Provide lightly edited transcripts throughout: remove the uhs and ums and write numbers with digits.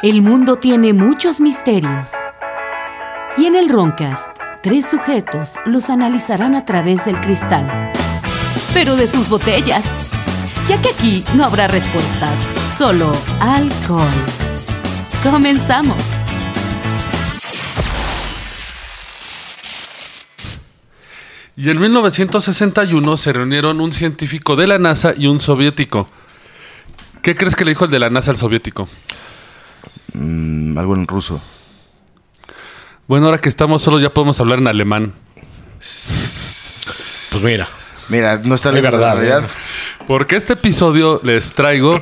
El mundo tiene muchos misterios. Y en el Roncast, 3 sujetos los analizarán a través del cristal. Pero de sus botellas. Ya que aquí no habrá respuestas, solo alcohol. Comenzamos. Y en 1961 se reunieron un científico de la NASA y un soviético. ¿Qué crees que le dijo el de la NASA al soviético? Algo en ruso. Bueno, ahora que estamos solos ya podemos hablar en alemán. Pues mira. Mira, no está lejos de la realidad. Porque este episodio les traigo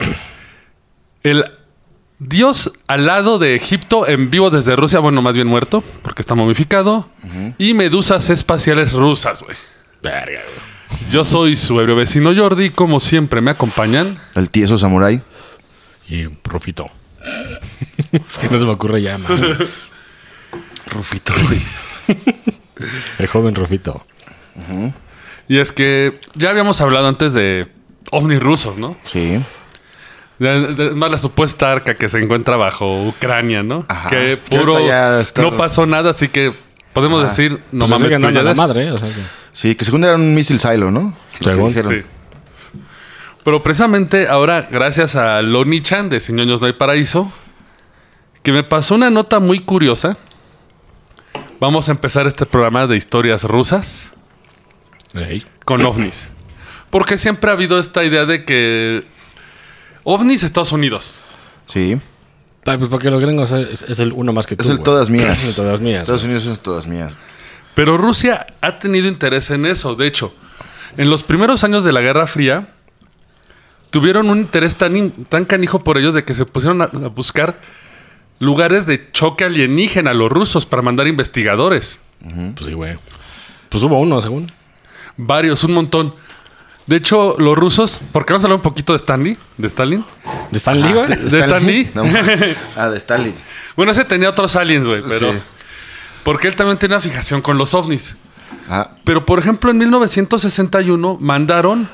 el dios alado de Egipto en vivo desde Rusia. Bueno, más bien muerto, porque está momificado. Y medusas espaciales rusas, güey. Verga, güey. Yo soy su ebrio vecino Jordi. Como siempre me acompañan El tieso samurái. Y Rufito. No se me ocurre ya, man. Rufito, güey. El joven Rufito. Y es que ya habíamos hablado antes de ovnis rusos, ¿no? Sí. Más la supuesta arca que se encuentra bajo Ucrania, ¿no? Ajá. Que Que puro ahorita ya está- no pasó nada, así que podemos decir no Pues mames, siguen dando a la puñetas. madre, o sea que... Sí, que según era un misil silo, ¿no? Lo que Según, dijeron. Sí. Pero precisamente ahora, gracias a Loni-chan de Sin Ñoños No Hay Paraíso, que me pasó una nota muy curiosa. Vamos a empezar este programa de historias rusas Ey. con ovnis. Porque siempre ha habido esta idea de que ovnis Estados Unidos. Sí. Ah, pues porque los gringos es el uno más que tú, Es el güey. todas mías. Es el todas mías. Estados Unidos son todas mías. Pero Rusia ha tenido interés en eso. De hecho, en los primeros años de la Guerra Fría, tuvieron un interés tan canijo por ellos de que se pusieron a buscar lugares de choque alienígena a los rusos para mandar investigadores. Pues sí, güey. Pues hubo uno, según. Varios, un montón. De hecho, los rusos... ¿Por qué vamos a hablar un poquito de Stanley? ¿De Stalin? ¿De Stan Lee, güey? ¿De Stan Lee? No, de Stalin. Bueno, ese tenía otros aliens, güey, pero... Sí. Porque él también tenía una fijación con los ovnis. Ah, Pero, por ejemplo, en 1961 mandaron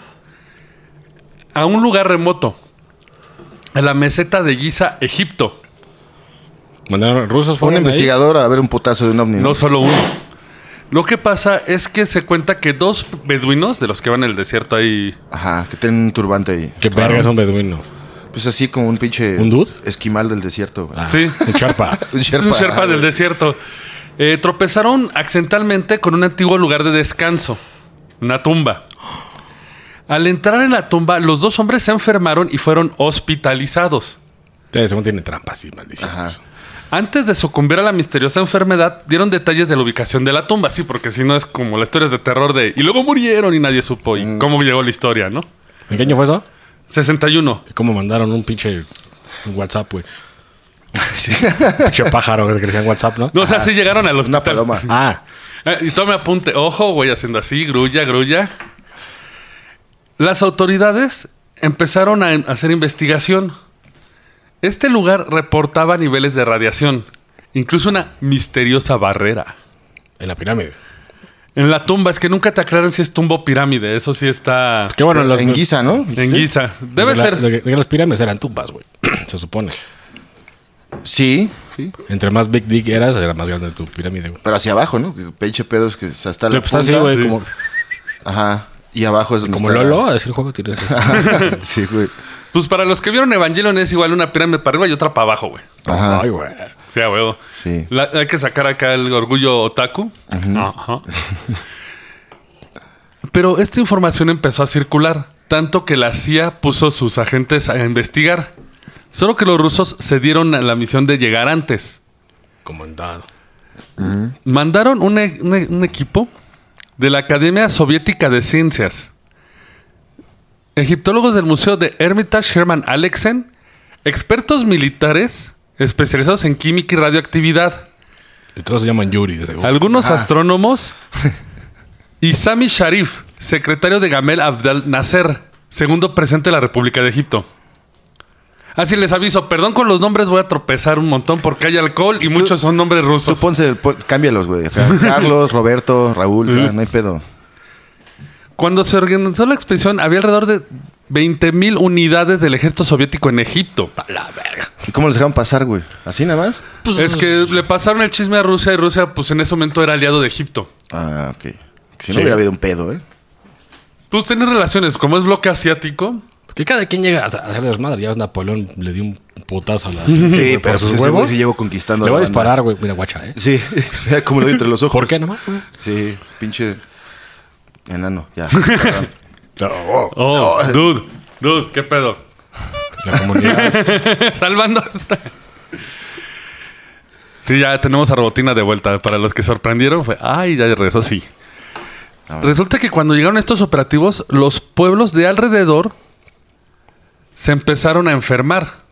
a un lugar remoto, a la meseta de Giza, Egipto. Mandaron rusos un fueron ahí. investigador a ver un putazo de un ovni. No solo uno. Lo que pasa es que se cuenta que 2 beduinos, de los que van en el desierto ahí... Ajá, que tienen un turbante ahí. Qué verga es un beduino. Pues así como un pinche... ¿Un dude? Esquimal del desierto, güey. Ah, Sí. Un charpa. Un Es un Sherpa del güey. desierto. Tropezaron accidentalmente con un antiguo lugar de descanso, una tumba. Al entrar en la tumba, los 2 hombres se enfermaron y fueron hospitalizados. Sí, según tiene trampas, sí, maldición. Ajá. Antes de sucumbir a la misteriosa enfermedad, dieron detalles de la ubicación de la tumba. Sí, porque si no es como las historias de terror de... Y luego murieron y nadie supo. Y cómo llegó la historia, ¿no? ¿En qué año fue eso? 61. ¿Y cómo mandaron un pinche WhatsApp, güey? Pinche pájaro que decía en WhatsApp, ¿no? No, o sea, sí llegaron al Una hospital. paloma. Ah, Y tome apunte. Ojo, voy haciendo así, grulla, grulla. Las autoridades empezaron a hacer investigación. Este lugar reportaba niveles de radiación. Incluso una misteriosa barrera. en la pirámide. En la tumba, es que nunca te aclaran si es tumba o pirámide. Eso sí está Qué bueno, los, En Giza, ¿no? en Giza. Debe ser. Las pirámides eran tumbas, güey. Se supone. Sí, Entre más big dick eras, era más grande tu pirámide, güey. pero hacia abajo, ¿no? Que pinche pedos que hasta Sí, la pues así, punta. güey, sí. como, Ajá. Y abajo es donde como está... Lolo, a decir juego tienes. Sí, güey. Pues para los que vieron Evangelion es igual una pirámide para arriba y otra para abajo, güey. Ajá. Ay, güey. Sí, a huevo. Sí. Hay que sacar acá el orgullo otaku. Ajá. Pero esta información empezó a circular, tanto que la CIA puso sus agentes a investigar. Solo que los rusos se dieron a la misión de llegar antes. Comandado. Mandaron un equipo de la Academia Soviética de Ciencias, egiptólogos del Museo de Hermitage Hermann Alexen, expertos militares especializados en química y radioactividad, Y todos se llaman Yuri, de seguro. algunos astrónomos y Sami Sharif, secretario de Gamel Abdel Nasser, segundo presidente de la República de Egipto. Así les aviso, perdón con los nombres, voy a tropezar un montón porque hay alcohol y Tú- muchos son nombres Tú rusos. cámbialos, güey. Acá, Carlos, Roberto, Raúl, no hay pedo. Cuando se organizó la expedición, había alrededor de 20,000 unidades del ejército soviético en Egipto. A la verga. ¿Y cómo los dejaron pasar, güey? ¿Así nada más? Es que le pasaron el chisme a Rusia y Rusia, pues en ese momento era aliado de Egipto. Ah, ok. Si no Sí. hubiera habido un pedo, ¿eh? Pues tienen relaciones, como es bloque asiático. Que cada quien llega a hacer desmadre. Ya ves, Napoleón le dio un putazo a la... Sí, por pero sus pues ese güey huevos. sí llegó conquistando. Le la voy a banda. disparar, güey. Mira, guacha, ¿eh? Sí, como lo dio entre los ojos. ¿Por qué nomás? Sí, pinche enano, ya. Perdón. Oh, dude, ¿qué pedo? La comunidad. Salvando esta. Sí, ya tenemos a Robotina de vuelta. Para los que sorprendieron fue, ay, ya regresó, sí. Resulta que cuando llegaron estos operativos, los pueblos de alrededor se empezaron a enfermar.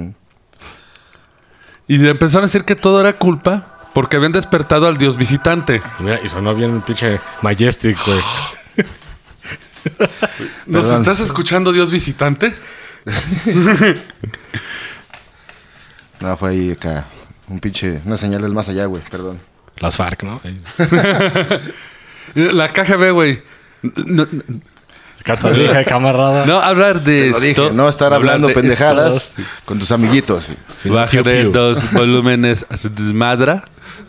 Y le empezaron a decir que todo era culpa porque habían despertado al dios visitante. Mira, y sonó bien un pinche Majestic, güey. ¿Nos Perdón. estás escuchando, dios visitante? No, fue ahí acá. Una señal del más allá, güey. Perdón. Las FARC, ¿no? La KGB, güey. No, Catadija, camarada. no hablar de Te lo dije, esto. no estar hablar hablando de pendejadas con tus amiguitos. Sí, Bajaré piu, piu. 2 volúmenes a su desmadra.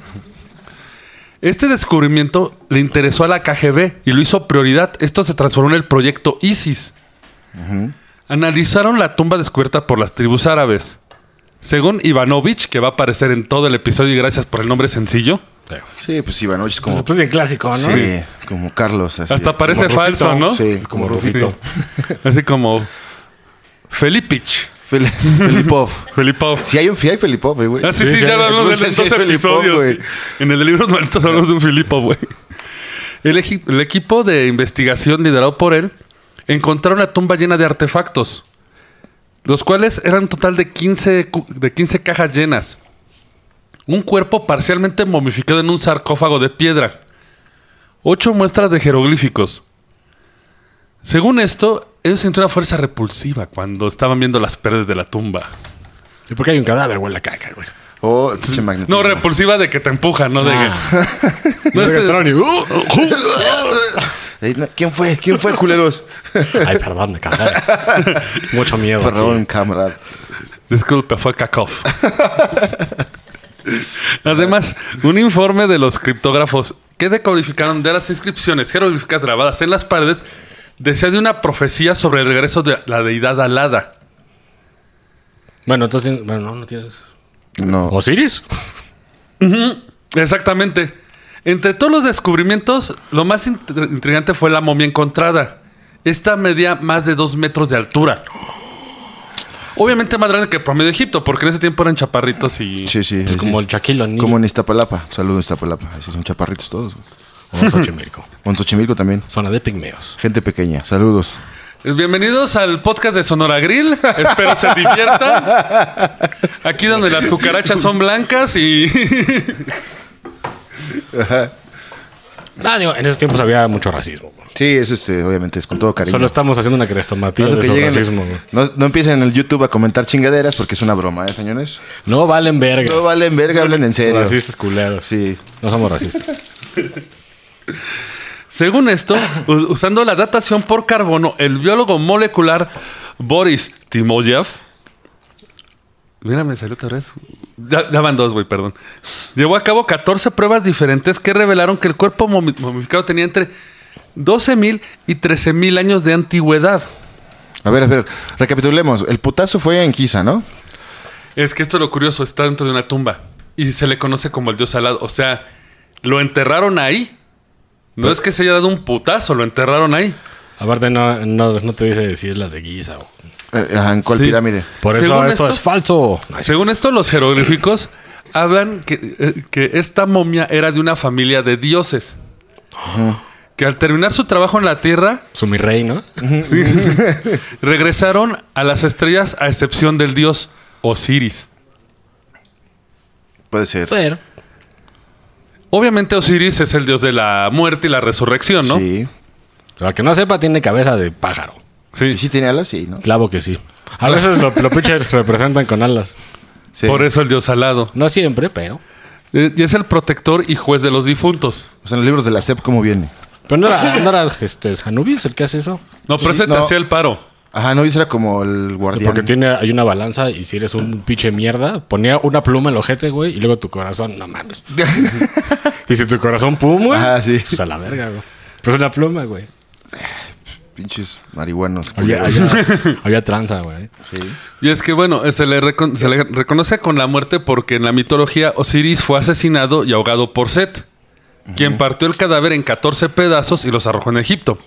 Este descubrimiento le interesó a la KGB y lo hizo prioridad. Esto se transformó en el proyecto ISIS. Analizaron la tumba descubierta por las tribus árabes. Según Ivanovich, que va a aparecer en todo el episodio y gracias por el nombre sencillo, Sí, pues Ivanovich es como... Pues bien clásico, ¿no? Sí, como Carlos. Así. hasta parece Como falso, Rufito. ¿no? Sí, como Rufito. Así como Felipich. Filipov. Felipov. Sí hay Filipov, güey. Ah, sí, ya lo hablamos en Entonces, sí dos hay Filipov, episodios. güey. Sí. En el de libros malditos hablamos de un Filipov, güey. El equipo de investigación liderado por él encontraron una tumba llena de artefactos, los cuales eran un total de 15 cajas llenas. Un cuerpo parcialmente momificado en un sarcófago de piedra. 8 muestras de jeroglíficos. Según esto, ellos sintieron una fuerza repulsiva cuando estaban viendo las paredes de la tumba. ¿Y por qué hay un cadáver, güey, en la caca, güey? Oh, pinche magnetismo. No, repulsiva de que te empujan, no de que... No, No, ¿Quién fue? ¿Quién fue, culeros? Ay, perdón, me cagué. Mucho miedo. Perdón, camarada. Disculpe, fue Kakov. Además, un informe de los criptógrafos que decodificaron de las inscripciones jeroglíficas grabadas en las paredes decía de una profecía sobre el regreso de la deidad alada. Bueno, entonces... Bueno, no tienes... No. ¿Osiris? Exactamente. Entre todos los descubrimientos, lo más intrigante fue la momia encontrada. Esta medía más de 2 metros de altura. Obviamente más grande que el promedio de Egipto, porque en ese tiempo eran chaparritos y... Sí, sí. Es sí. como el Shaquille O'Neal. Como en Iztapalapa. Saludos, Iztapalapa. Así son chaparritos todos. O Xochimilco. O en Xochimilco también. Zona de pigmeos. Gente pequeña. Saludos. Bienvenidos al podcast de Sonora Grill. Espero se diviertan. Aquí donde las cucarachas son blancas y... Ah, digo, en esos tiempos había mucho racismo. Güey. Sí, es obviamente es con todo cariño. Solo estamos haciendo una crestomatía Por eso de que ese lleguen- racismo. Güey. no empiecen en el YouTube a comentar chingaderas porque es una broma, señores? No valen verga. No valen verga, hablen en serio. Racistas culeros. Sí. No somos racistas. Según esto, usando la datación por carbono, el biólogo molecular Boris Timoyev... Mira, me salió otra vez. Ya van 2, güey, perdón. Llevó a cabo 14 pruebas diferentes que revelaron que el cuerpo momificado tenía entre 12,000 y 13,000 años de antigüedad. A ver, recapitulemos. El putazo fue en Giza, ¿no? Es que esto es lo curioso, está dentro de una tumba. Y se le conoce como el dios alado. O sea, lo enterraron ahí. No es que se haya dado un putazo, lo enterraron ahí. Aparte, no te dice si es la de Giza. O... ¿En cuál Sí. pirámide? Por eso Según esto esto- es falso. Ay, Según esto, los jeroglíficos hablan que esta momia era de una familia de dioses. Que al terminar su trabajo en la Tierra, Su mi rey, ¿no? regresaron a las estrellas a excepción del dios Osiris. Puede ser. Pero... Obviamente Osiris es el dios de la muerte y la resurrección, ¿no? Sí. Para que no sepa, tiene cabeza de pájaro. ¿Y sí tiene alas? Sí, ¿no? Claro que sí. A veces lo pinches representan con alas. Sí. Por eso el dios alado. No siempre, pero... Y es el protector y juez de los difuntos. O sea, en los libros de la SEP, ¿cómo viene? Pero no era Anubis el que hace eso. No, pero Sí, ese te no. hacía el paro. Ajá, no, ese era como el guardián. Porque hay una balanza y si eres un pinche mierda, ponía una pluma en el ojete, güey, y luego tu corazón, no mames. Y si tu corazón pum, güey, Ajá, sí. pues a la verga, güey. Pero es una pluma, güey. Pinches marihuanos. Había tranza, güey. Sí. Y es que, bueno, se le reconoce con la muerte porque en la mitología Osiris fue asesinado y ahogado por Set, quien partió el cadáver en 14 pedazos y los arrojó en Egipto.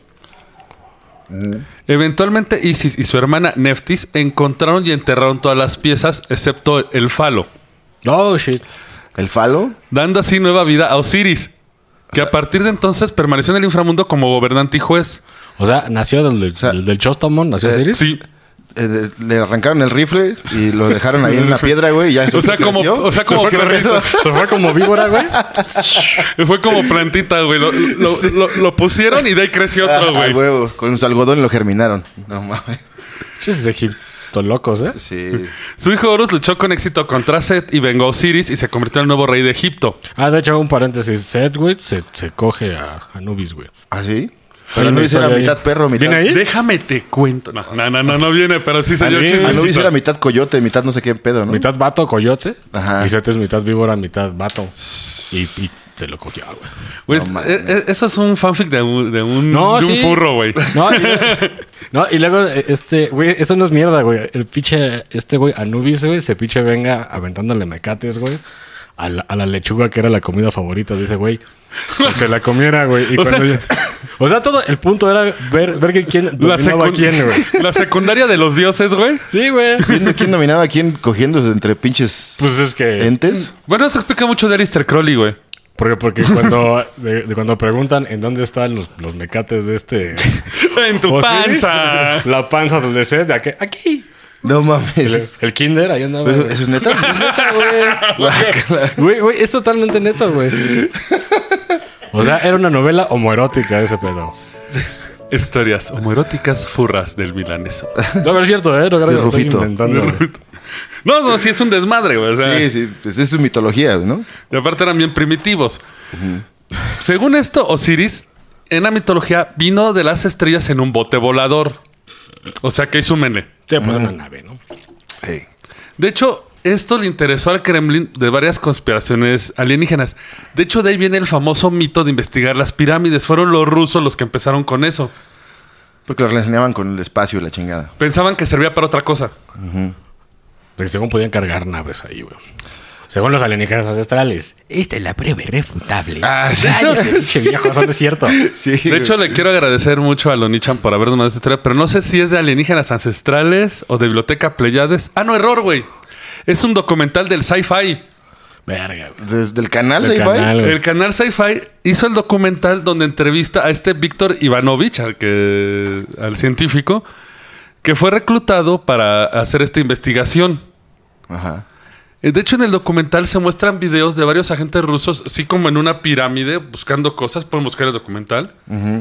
Eventualmente Isis y su hermana Neftis encontraron y enterraron todas las piezas excepto el falo, Oh, shit. ¿El falo? dando así nueva vida a Osiris, que a partir de entonces permaneció en el inframundo como gobernante y juez. O sea, nació del Chostomon, nació Osiris. Sí. Le arrancaron el rifle y lo dejaron ahí en la piedra, güey. Y ya O sea, como perrito. Se fue como víbora, güey. Fue como plantita, güey. Lo pusieron y de ahí creció otro, güey. Huevo, con su algodón lo germinaron. No mames. Chis, Egipto locos, ¿eh? Sí. Su hijo Horus luchó con éxito contra Set y vengó a Osiris y se convirtió en el nuevo rey de Egipto. Ah, de hecho, un paréntesis. Set, güey, se coge a Anubis, güey. ¿Ah, sí? Pero no dice la mitad perro, mitad... ¿Viene ahí? Déjame te cuento. No viene, pero sí se dio Ah, no dice chismecito. la mitad coyote, mitad no sé qué pedo, ¿no? Mitad vato, coyote. Ajá. Y Set es mitad víbora, mitad vato. Y te lo cogió, güey. Güey, No mames. eso es un fanfic de un Sí. furro, güey. Y luego, güey, esto no es mierda, güey. El pinche, güey, Anubis, güey, se pinche venga aventándole mecates, güey, a la lechuga que era la comida favorita de ese güey. Que se la comiera, güey. O sea, todo el punto era ver que quién dominaba a quién, güey. La secundaria de los dioses, güey. Sí, güey. Viendo quién dominaba a quién cogiéndose entre pinches Pues es que... entes. Bueno, eso explica mucho de Aleister Crowley, güey. Porque cuando preguntan en dónde están los mecates de En tu Osiris, panza. la panza donde Set, aquí. No mames. El kinder, ahí andaba. ¿Eso, güey. eso es neta? Güey, es totalmente neto, güey. O sea, era una novela homoerótica ese pedo. Historias homoeróticas furras del milaneso. No, pero es cierto, ¿eh? No, De lo estoy Rufito. inventando, güey. No, sí es un desmadre, güey. O sea, Sí, pues es su mitología, ¿no? y aparte eran bien primitivos. Según esto, Osiris, en la mitología, vino de las estrellas en un bote volador. O sea, que súmenle. Sí, pues una nave, ¿no? Hey. De hecho, esto le interesó al Kremlin de varias conspiraciones alienígenas. De hecho, de ahí viene el famoso mito de investigar las pirámides. Fueron los rusos los que empezaron con eso. Porque lo relacionaban con el espacio y la chingada. Pensaban que servía para otra cosa. Porque según podían cargar naves ahí, güey. Según los alienígenas ancestrales. Esta es la prueba irrefutable. Ah, sí. Ay, ese pinche viejo, eso no es cierto. Sí. De hecho, le quiero agradecer mucho a Lonichan por habernos mandado esta historia, pero no sé si es de alienígenas ancestrales o de Biblioteca Pleiades. Ah, no, error, güey. Es un documental del Sci-Fi. Verga, güey. Desde el canal Del Sci-Fi. canal, güey. El canal Sci-Fi hizo el documental donde entrevista a Víctor Ivanovich, al científico, que fue reclutado para hacer esta investigación. Ajá. De hecho, en el documental se muestran videos de varios agentes rusos, así como en una pirámide, buscando cosas. Pueden buscar el documental.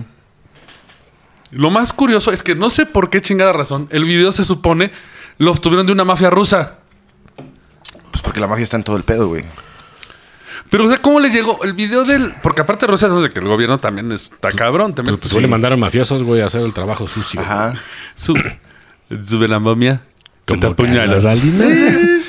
Lo más curioso es que no sé por qué chingada razón, el video se supone lo obtuvieron de una mafia rusa. Pues porque la mafia está en todo el pedo, güey. Pero, o sea, ¿cómo les llegó el video del...? Porque aparte de Rusia, sabemos de que el gobierno también está cabrón. También, Pues le mandaron mafiosos, güey, a hacer el trabajo sucio. Ajá. Sube la momia. Como Te apuñala. Carlos Salinas.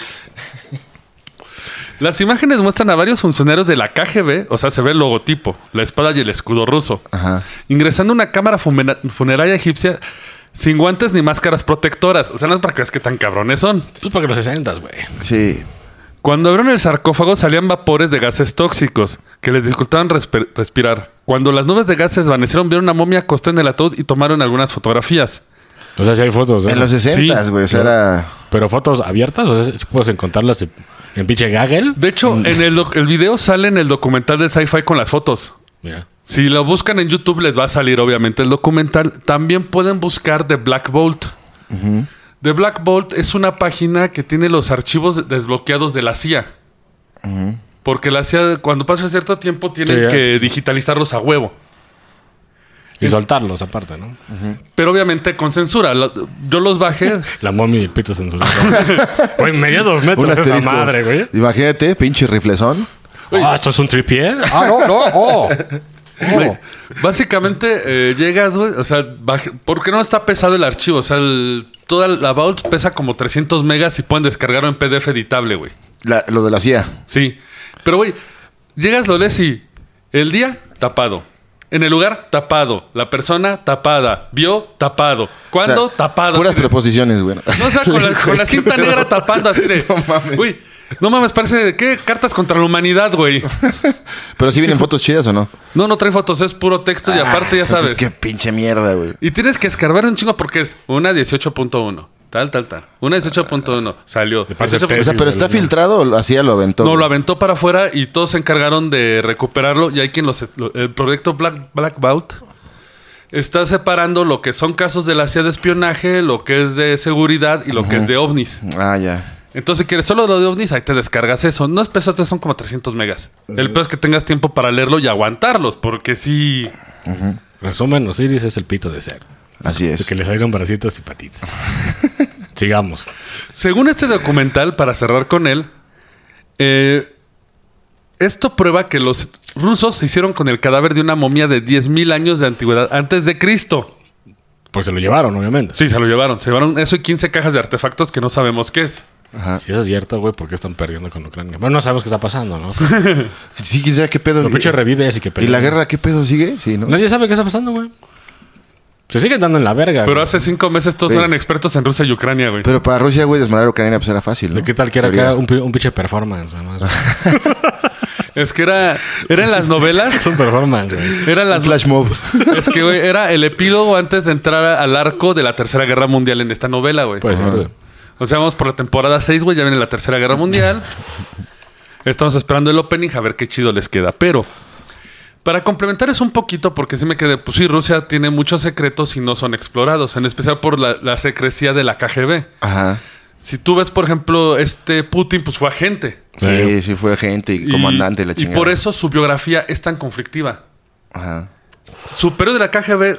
Las imágenes muestran a varios funcionarios de la KGB, o sea, se ve el logotipo, la espada y el escudo ruso, Ajá. ingresando a una cámara funeraria egipcia sin guantes ni máscaras protectoras. O sea, no es para que veas qué tan cabrones son. Pues porque los 60s, güey. Sí. Cuando abrieron el sarcófago salían vapores de gases tóxicos que les dificultaban respirar. Cuando las nubes de gas se desvanecieron, vieron una momia acostada en el ataúd y tomaron algunas fotografías. O sea, sí hay fotos. ¿eh? En los 60s, güey. O sea, era... Pero fotos abiertas, o sea, ¿sí puedes encontrarlas en pinche Gaggle? De hecho, en el video sale en el documental de Sci-Fi con las fotos. Mira. Si lo buscan en YouTube les va a salir obviamente el documental. También pueden buscar The Black Vault. The Black Vault es una página que tiene los archivos desbloqueados de la CIA. Porque la CIA, cuando pasa cierto tiempo, tienen Sí, que digitalizarlos a huevo. Y soltarlos aparte, ¿no? Pero obviamente con censura. Yo los bajé. La momia y el pito censurado. Güey, medía 2 Un metros esa asterisco. madre, güey. Imagínate, pinche riflezón. Ah, ¿esto es un tripié? Ah, no. Oh. Güey, básicamente llegas, güey, o sea, porque no está pesado el archivo, o sea, toda la Vault pesa como 300 megas y pueden descargarlo en PDF editable, güey. Lo de la CIA. Sí, pero güey, llegas, lo lees y el día, tapado. En el lugar, tapado. La persona, tapada. Vio, tapado. ¿Cuándo? O sea, tapado. Puras así de- preposiciones, güey. No, o sea, con la cinta negra tapando así de... No mames. Uy, no mames, parece... ¿Qué? Cartas contra la humanidad, güey. Pero sí vienen fotos chidas o no. No trae fotos, es puro texto y aparte ya sabes. Es que pinche mierda, güey. Y tienes que escarbar un chingo porque es una 18.1. Tal. Una 18.1. Salió. parte 18.1. O sea, pero está filtrado o así ya lo aventó. No, güey? lo aventó para afuera y todos se encargaron de recuperarlo. Y hay quien el proyecto Black Vault está separando lo que son casos de la CIA de espionaje, lo que es de seguridad y lo que es de ovnis. Ah, ya. Entonces, si quieres solo lo de ovnis, ahí te descargas eso. No es pesote, son como 300 megas. El peor es que tengas tiempo para leerlo y aguantarlos, porque sí... Resumen, Osiris es el pito de ser. Así es. Que le salieron bracitos y patitas. Sigamos. Según este documental, para cerrar con él, esto prueba que los rusos se hicieron con el cadáver de una momia de 10.000 años de antigüedad antes de Cristo. Pues se lo llevaron, obviamente. Sí, se lo llevaron. Se llevaron eso y 15 cajas de artefactos que no sabemos qué es. Ajá. Si eso es cierto, güey, ¿por qué están perdiendo con Ucrania? Bueno, no sabemos qué está pasando, ¿no? Sí, quién sabe qué pedo. Lo pinche revive así que ¿Y pelean. la guerra qué pedo sigue? Sí, ¿no? Nadie sabe qué está pasando, güey. Se siguen dando en la verga. Pero güey. hace 5 meses todos Sí. eran expertos en Rusia y Ucrania, güey. Pero para Rusia, güey, desmadrar a Ucrania pues era fácil, ¿no? ¿De qué tal que era Teoría. acá un pinche performance, además? Es que era en las novelas. Es un performance, güey. Eran las Flash mob. Es que, güey, era el epílogo antes de entrar al arco de la Tercera Guerra Mundial en esta novela, güey. Puede ser, güey. O sea, vamos por la temporada 6, güey. Ya viene la Tercera Guerra Mundial. Estamos esperando el opening a ver qué chido les queda. Pero, para complementar eso un poquito, porque sí me quedé... Pues sí, Rusia tiene muchos secretos y no son explorados. En especial por la secrecía de la KGB. Ajá. Si tú ves, por ejemplo, Putin, pues fue agente. Sí, sí fue agente y comandante la Y chingada. por eso su biografía es tan conflictiva. Ajá. Su periodo de la KGB,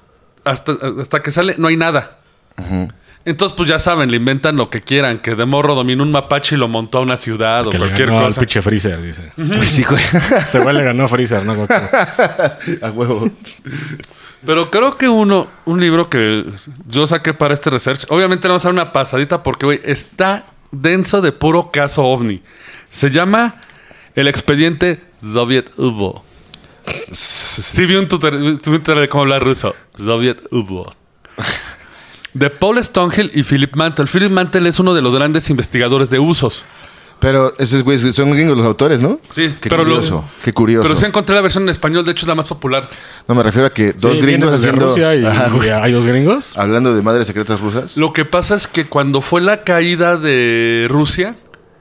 hasta que sale, no hay nada. Entonces, pues ya saben, le inventan lo que quieran. Que de morro dominó un mapache y lo montó a una ciudad o Que le cualquier ganó al cosa. pinche Freezer, dice. Sí, güey. Se güey le ganó a Freezer, ¿no? A huevo. Pero creo que un libro que yo saqué para este research, obviamente vamos a dar una pasadita porque, güey, está denso de puro caso ovni. Se llama El Expediente Soviet UVO. Sí, vi un tutorial de cómo hablar ruso. Soviet UVO. De Paul Stonehill y Philip Mantle. Philip Mantle es uno de los grandes investigadores de usos. Pero esos güeyes son gringos los autores, ¿no? Sí, Qué pero curioso. Qué curioso. Pero sí encontré la versión en español, de hecho es la más popular. No, me refiero a que dos Sí, gringos vienen de haciendo... Rusia y, Ajá, güey. y hay dos gringos. Hablando de madres secretas rusas. Lo que pasa es que cuando fue la caída de Rusia,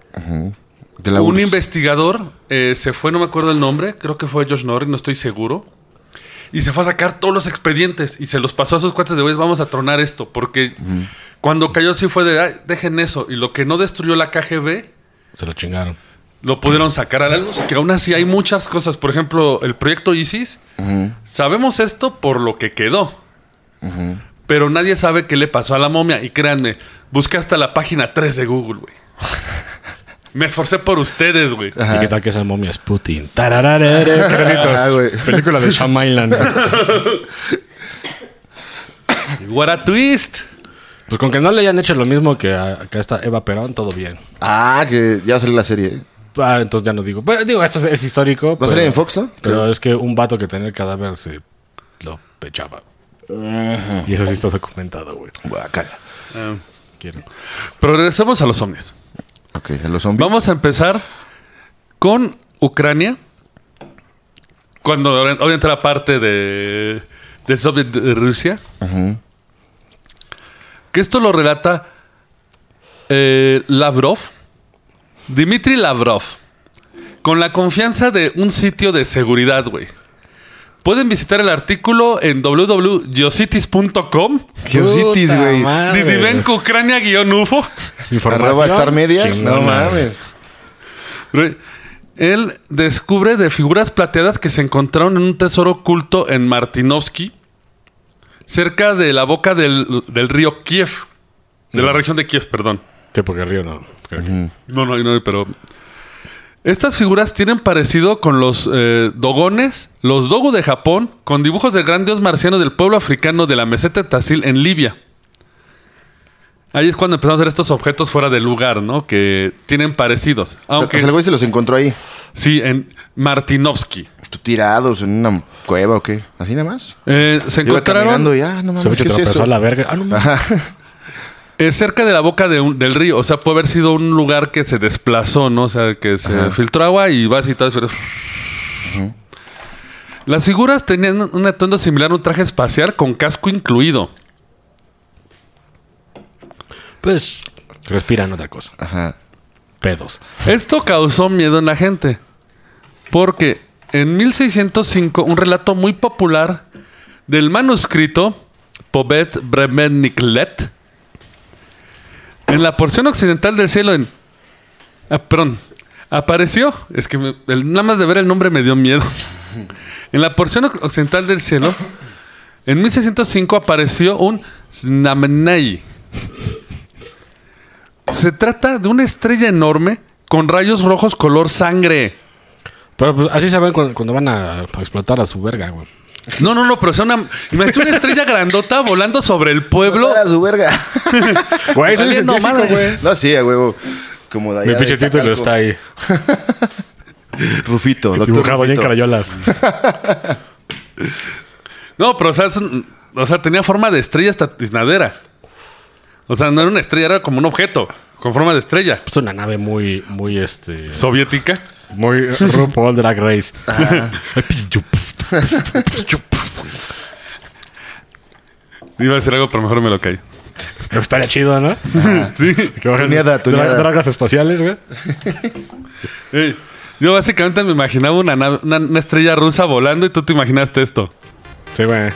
De la un URSS. investigador se fue, no me acuerdo el nombre, creo que fue Josh Norris, no estoy seguro. Y se fue a sacar todos los expedientes y se los pasó a sus cuates de güeyes, vamos a tronar esto. Porque cuando cayó sí fue de, "Ay, dejen eso". Y lo que no destruyó la KGB, Se lo chingaron. lo pudieron sacar a la luz. Que aún así hay muchas cosas. Por ejemplo, el proyecto ISIS. Sabemos esto por lo que quedó. Pero nadie sabe qué le pasó a la momia. Y créanme, busqué hasta la página 3 de Google, güey. Me esforcé por ustedes, güey. ¿Y qué tal que esa momia es Putin? Tararara, créditos. Ah, güey. Película de Shyamalan. What a twist. Pues con que no le hayan hecho lo mismo que a esta Eva Perón, todo bien. Ah, que ya salió la serie. Ah, entonces ya no digo. Bueno, digo, esto es histórico. Va a salir en Fox, ¿no? Pero es que un vato que tenía el cadáver se lo pechaba. Y eso sí está documentado, güey. Guacala. Quiero. Pero regresemos a los ovnis. Ok, a los zombies. Vamos a empezar con Ucrania. Cuando obviamente era parte de Soviet de Rusia. Que esto lo relata Lavrov. Dmitry Lavrov. Con la confianza de un sitio de seguridad, güey. Pueden visitar el artículo en www.geocities.com. Geocities, Puta güey. madre. Didivenko Ucrania-UFO. Arroba Star Media. chingona. No mames. Güey, él descubre de figuras plateadas que se encontraron en un tesoro oculto en Martinovsky, cerca de la boca del río Kiev. De la región de Kiev, perdón. Sí, porque el río no. Creo que- No, pero... Estas figuras tienen parecido con los dogones, los dogu de Japón, con dibujos del gran dios marciano del pueblo africano de la meseta de Tasil en Libia. Ahí es cuando empezamos a ver estos objetos fuera del lugar, ¿no? Que tienen parecidos. Aunque O sea, el güey se los encontró ahí. sí, en Martinovsky. Tirados en una cueva o qué. ¿Así nada más? Se Iba caminando encontraron y no Se ve mames, que ¿qué es tropezó eso? a la verga. No mames. cerca de la boca del río. O sea, puede haber sido un lugar que se desplazó, ¿no? O sea, que se filtró agua y vas y todo eso. Las figuras tenían un atuendo similar a un traje espacial con casco incluido. Pues respiran otra cosa. Ajá. Pedos. Esto causó miedo en la gente. Porque en 1605, un relato muy popular del manuscrito Povet Bremenniklet, en la porción occidental del cielo apareció, es que nada más de ver el nombre me dio miedo. En la porción occidental del cielo, en 1605 apareció un Znamenei. Se trata de una estrella enorme con rayos rojos color sangre. Pero pues así saben cuando van a explotar a su verga, güey. No, pero es imagínate una estrella grandota volando sobre el pueblo. Era su verga. Güey, soy Valiendo científico, madre. güey. No, sí, a huevo. Como de allá Mi de pinche título Iztacalco. está ahí. Rufito, doctor Dibujado ya en Rufito. crayolas. No, pero o sea, tenía forma de estrella hasta tiznadera. O sea, no era una estrella, era como un objeto con forma de estrella. Es una nave muy Soviética. muy RuPaul Drag Race. Iba a decir algo, pero mejor me lo callo. Pero estaría chido, ¿no? Sí. Que bajen Tuneada. dragas espaciales, güey. Yo básicamente me imaginaba una estrella rusa volando y tú te imaginaste esto. Sí, güey.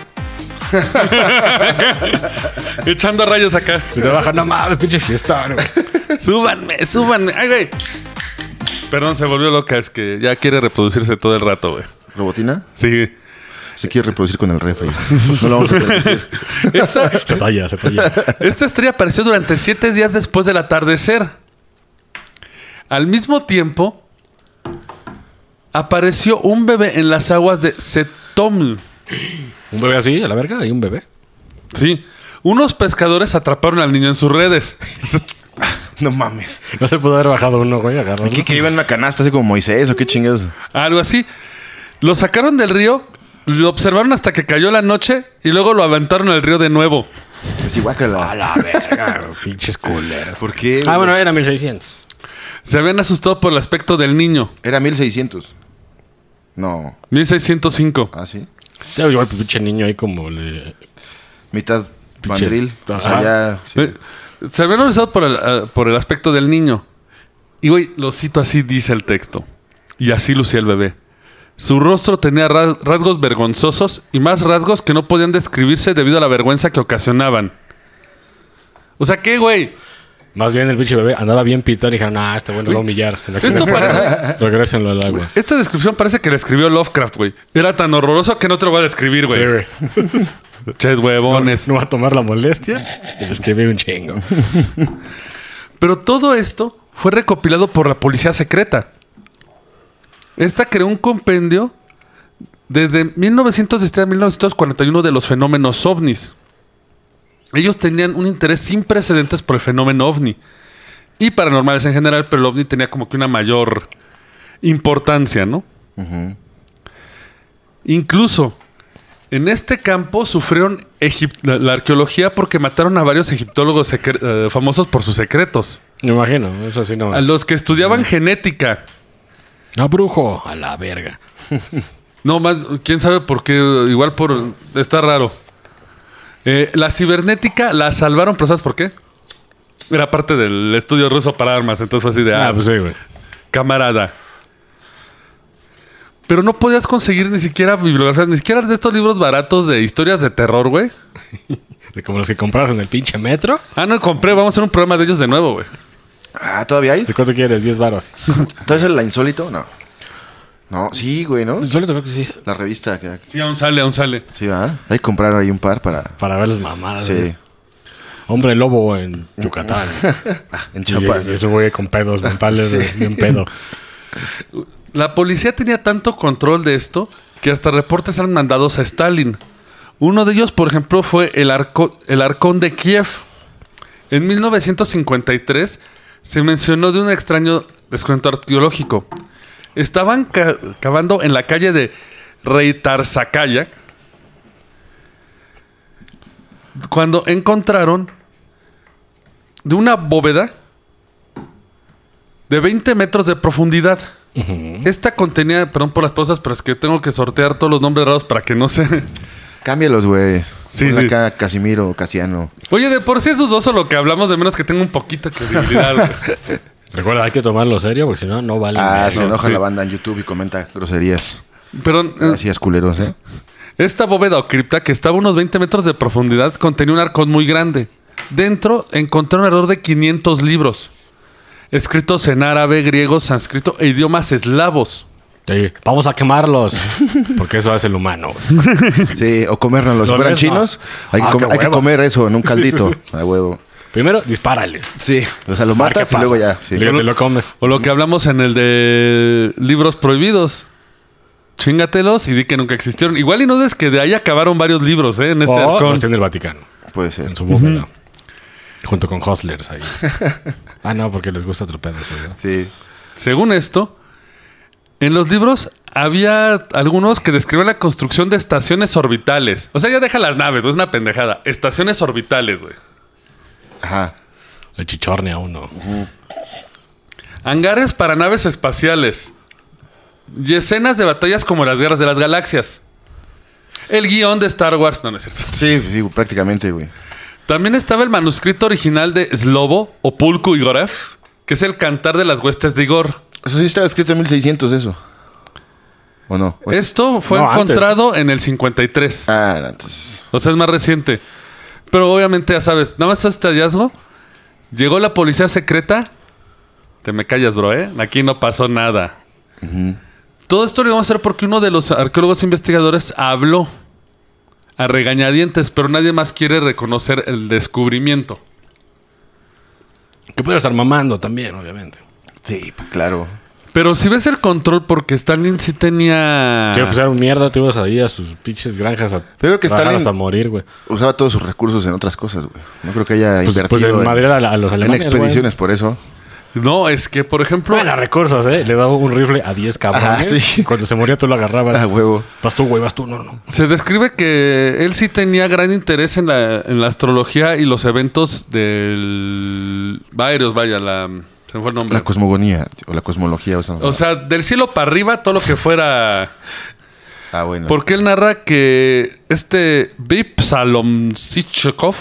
Echando rayos acá. Y te bajan, no mames, pinche fiestón, güey. Súbanme. Ay, güey. Perdón, se volvió loca. Es que ya quiere reproducirse todo el rato, güey. ¿Robotina? Sí. Se quiere reproducir con el refri. No lo vamos a permitir. Se talla. Esta estrella apareció durante 7 días después del atardecer. Al mismo tiempo, apareció un bebé en las aguas de Setoml. ¿Un bebé así, a la verga? ¿Hay un bebé? Sí. Unos pescadores atraparon al niño en sus redes. No mames. No se pudo haber bajado uno, güey, agarrarlo. ¿Qué iba en una canasta así como Moisés o qué chingados? Algo así. Lo sacaron del río, lo observaron hasta que cayó la noche y luego lo aventaron al río de nuevo. Así, guácala. A la verga, güey, pinches culeros. ¿Por qué? Ah, güey? bueno, era 1600. Se habían asustado por el aspecto del niño. Era 1600. No. 1605. Ah, sí. Ya igual el pinche niño ahí como Mitad mandril. O Ajá. sea, ya. Sí. Se habían horrorizado por el aspecto del niño. Y, güey, lo cito así, dice el texto. Y así lucía el bebé. Su rostro tenía rasgos vergonzosos y más rasgos que no podían describirse debido a la vergüenza que ocasionaban. O sea, ¿qué, güey? Más bien el pinche bebé andaba bien pitón y dijeron, este güey nos va a humillar. Esto parece... Regrésenlo al agua. Esta descripción parece que la escribió Lovecraft, güey. Era tan horroroso que no te lo voy a describir, güey. Sí, güey. Ches huevones. No va a tomar la molestia y le escribir un chingo. Pero todo esto fue recopilado por la policía secreta. Esta creó un compendio desde 1917 a 1941 de los fenómenos ovnis. Ellos tenían un interés sin precedentes por el fenómeno ovni. Y paranormales en general, pero el ovni tenía como que una mayor importancia, ¿no? Incluso en este campo sufrieron la arqueología porque mataron a varios egiptólogos famosos por sus secretos. Me imagino, eso sí no. A los que estudiaban genética. No, brujo, a la verga. No, más, quién sabe por qué. Igual por... Está raro. La cibernética la salvaron, pero ¿sabes por qué? Era parte del estudio ruso para armas. Entonces fue así de... Pues sí, güey. Camarada. Pero no podías conseguir ni siquiera bibliografías, ni siquiera de estos libros baratos de historias de terror, güey. De como los que compraron en el pinche metro. No compré. Vamos a hacer un programa de ellos de nuevo, güey. Ah, ¿todavía hay? ¿De cuánto quieres? 10 varos. ¿Todavía es la insólito? No. No, sí, güey, ¿no? Solo creo que sí. La revista. Que... Sí, aún sale. Sí, ¿verdad? Hay que comprar ahí un par para... Para ver las mamadas. Sí. Güey. Hombre lobo en Yucatán. En Chiapas. Y eso, güey, con pedos mentales, Sí. güey, bien pedo. La policía tenía tanto control de esto que hasta reportes eran mandados a Stalin. Uno de ellos, por ejemplo, fue el Arcón de Kiev. En 1953 se mencionó de un extraño descubrimiento arqueológico. Estaban cavando en la calle de Reitarsakaya cuando encontraron de una bóveda de 20 metros de profundidad. Esta contenía, perdón por las pausas, pero es que tengo que sortear todos los nombres raros para que no se... Cámbialos, güey. Sí, Ponle sí. acá Casimiro, Casiano. Oye, de por sí es dudoso lo que hablamos, de menos que tenga un poquito de credibilidad. Güey. Recuerda, hay que tomarlo serio porque si no, no vale. Se enoja sí. la banda en YouTube y comenta groserías. Pero Gracias, culeros, ¿eh? esta bóveda o cripta, que estaba a unos 20 metros de profundidad, contenía un arcón muy grande. Dentro encontraron alrededor de 500 libros, escritos en árabe, griego, sánscrito e idiomas eslavos. Sí, vamos a quemarlos. Porque eso hace el humano. Sí, o comérnoslos. Si Lo fueran mismo. chinos, hay, Ah, que, qué hay que huevo. comer eso en un caldito. A huevo. Primero, dispárales. Sí, o sea, lo A ver qué matas y pasa. luego ya. Sí. Y luego te lo comes. O lo que hablamos en el de libros prohibidos. Chíngatelos y di que nunca existieron. Igual y no es que de ahí acabaron varios libros, en este O arcón. los tiene el Vaticano. Puede ser. En su bóveda. Junto con hustlers ahí. No, porque les gusta atropellar. ¿No? Sí. Según esto, en los libros había algunos que describen la construcción de estaciones orbitales. O sea, ya deja las naves, es una pendejada. Estaciones orbitales, güey. Ajá. El chichorne a uno. Hangares para naves espaciales. Y escenas de batallas como las guerras de las galaxias. El guión de Star Wars. No, no es cierto. Sí, sí, prácticamente, güey. También estaba el manuscrito original de Slobo o Pulko Igorev, que es el cantar de las huestes de Igor. Eso sí estaba escrito en 1600, eso. ¿O no? Esto fue No, encontrado en el 53. Ah, entonces. O sea, es más reciente. Pero obviamente, ya sabes, nada más este hallazgo. Llegó la policía secreta. Te me callas, bro, ¿eh? Aquí no pasó nada. Todo esto lo íbamos a hacer porque uno de los arqueólogos investigadores habló a regañadientes, pero nadie más quiere reconocer el descubrimiento. Que puede estar mamando también, obviamente. Sí, pues, claro. Pero si ves el control, porque Stalin sí tenía... Que pues era un mierda, te ibas ahí a sus pinches granjas a Pero que trabajar Stalin- hasta morir, güey. Usaba todos sus recursos en otras cosas, güey. No creo que haya Pues invertido en Madrid a los en alemanes, expediciones, por eso. No, es que, por ejemplo... Bueno, recursos, ¿eh? Le daba un rifle a 10 cabrones. Ajá, sí. Cuando se moría tú lo agarrabas. Ah, huevo. Vas tú, güey, vas tú. No. Se describe que él sí tenía gran interés en la astrología y los eventos del... Aéreos, vaya, se me fue el nombre. La cosmogonía o la cosmología. O sea, del cielo para arriba, todo lo que fuera... Ah, bueno. Porque él narra que Vip Salomchikov...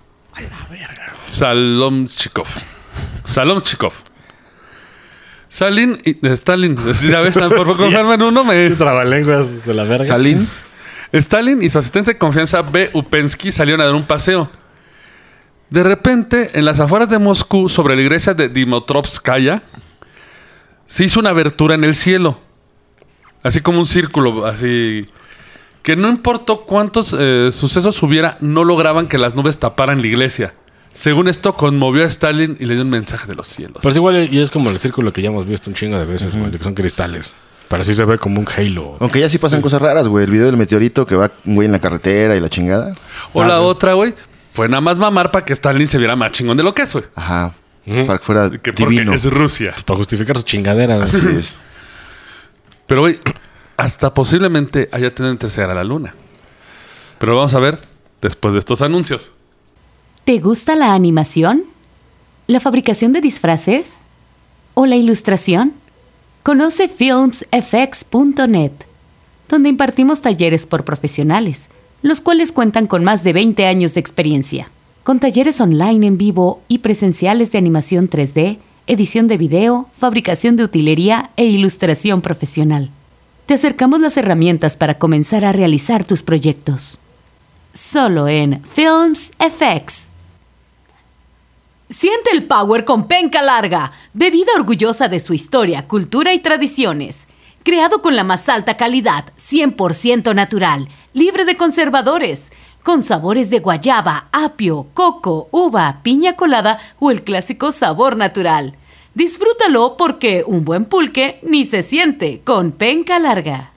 Salomchikov. Stalin, ya ves, por confiarme en uno, Trabalenguas de la verga. Salín. Stalin y su asistente de confianza B. Upensky salieron a dar un paseo. De repente, en las afueras de Moscú, sobre la iglesia de Dimitrovskaya, se hizo una abertura en el cielo. Así como un círculo, así... Que no importó cuántos sucesos hubiera, no lograban que las nubes taparan la iglesia. Según esto, conmovió a Stalin y le dio un mensaje de los cielos. Pues igual y es como el círculo que ya hemos visto un chingo de veces, güey, de que son cristales. Pero sí se ve como un halo. Aunque ya sí pasan cosas raras, güey. El video del meteorito que va un güey en la carretera y la chingada. O la sí. otra, güey, fue nada más mamar para que Stalin se viera más chingón de lo que es, güey. Ajá. Para que fuera Que divino. porque es Rusia. Pues para justificar su chingadera. Así es. Pero, güey, hasta posiblemente haya tenido que llegar a la luna. Pero lo vamos a ver después de estos anuncios. ¿Te gusta la animación? ¿La fabricación de disfraces? ¿O la ilustración? Conoce filmsfx.net, donde impartimos talleres por profesionales, los cuales cuentan con más de 20 años de experiencia, con talleres online en vivo y presenciales de animación 3D, edición de video, fabricación de utilería e ilustración profesional. Te acercamos las herramientas para comenzar a realizar tus proyectos. Solo en FilmsFX. Siente el power con Penca Larga, bebida orgullosa de su historia, cultura y tradiciones. Creado con la más alta calidad, 100% natural, libre de conservadores, con sabores de guayaba, apio, coco, uva, piña colada o el clásico sabor natural. Disfrútalo porque un buen pulque ni se siente con penca larga.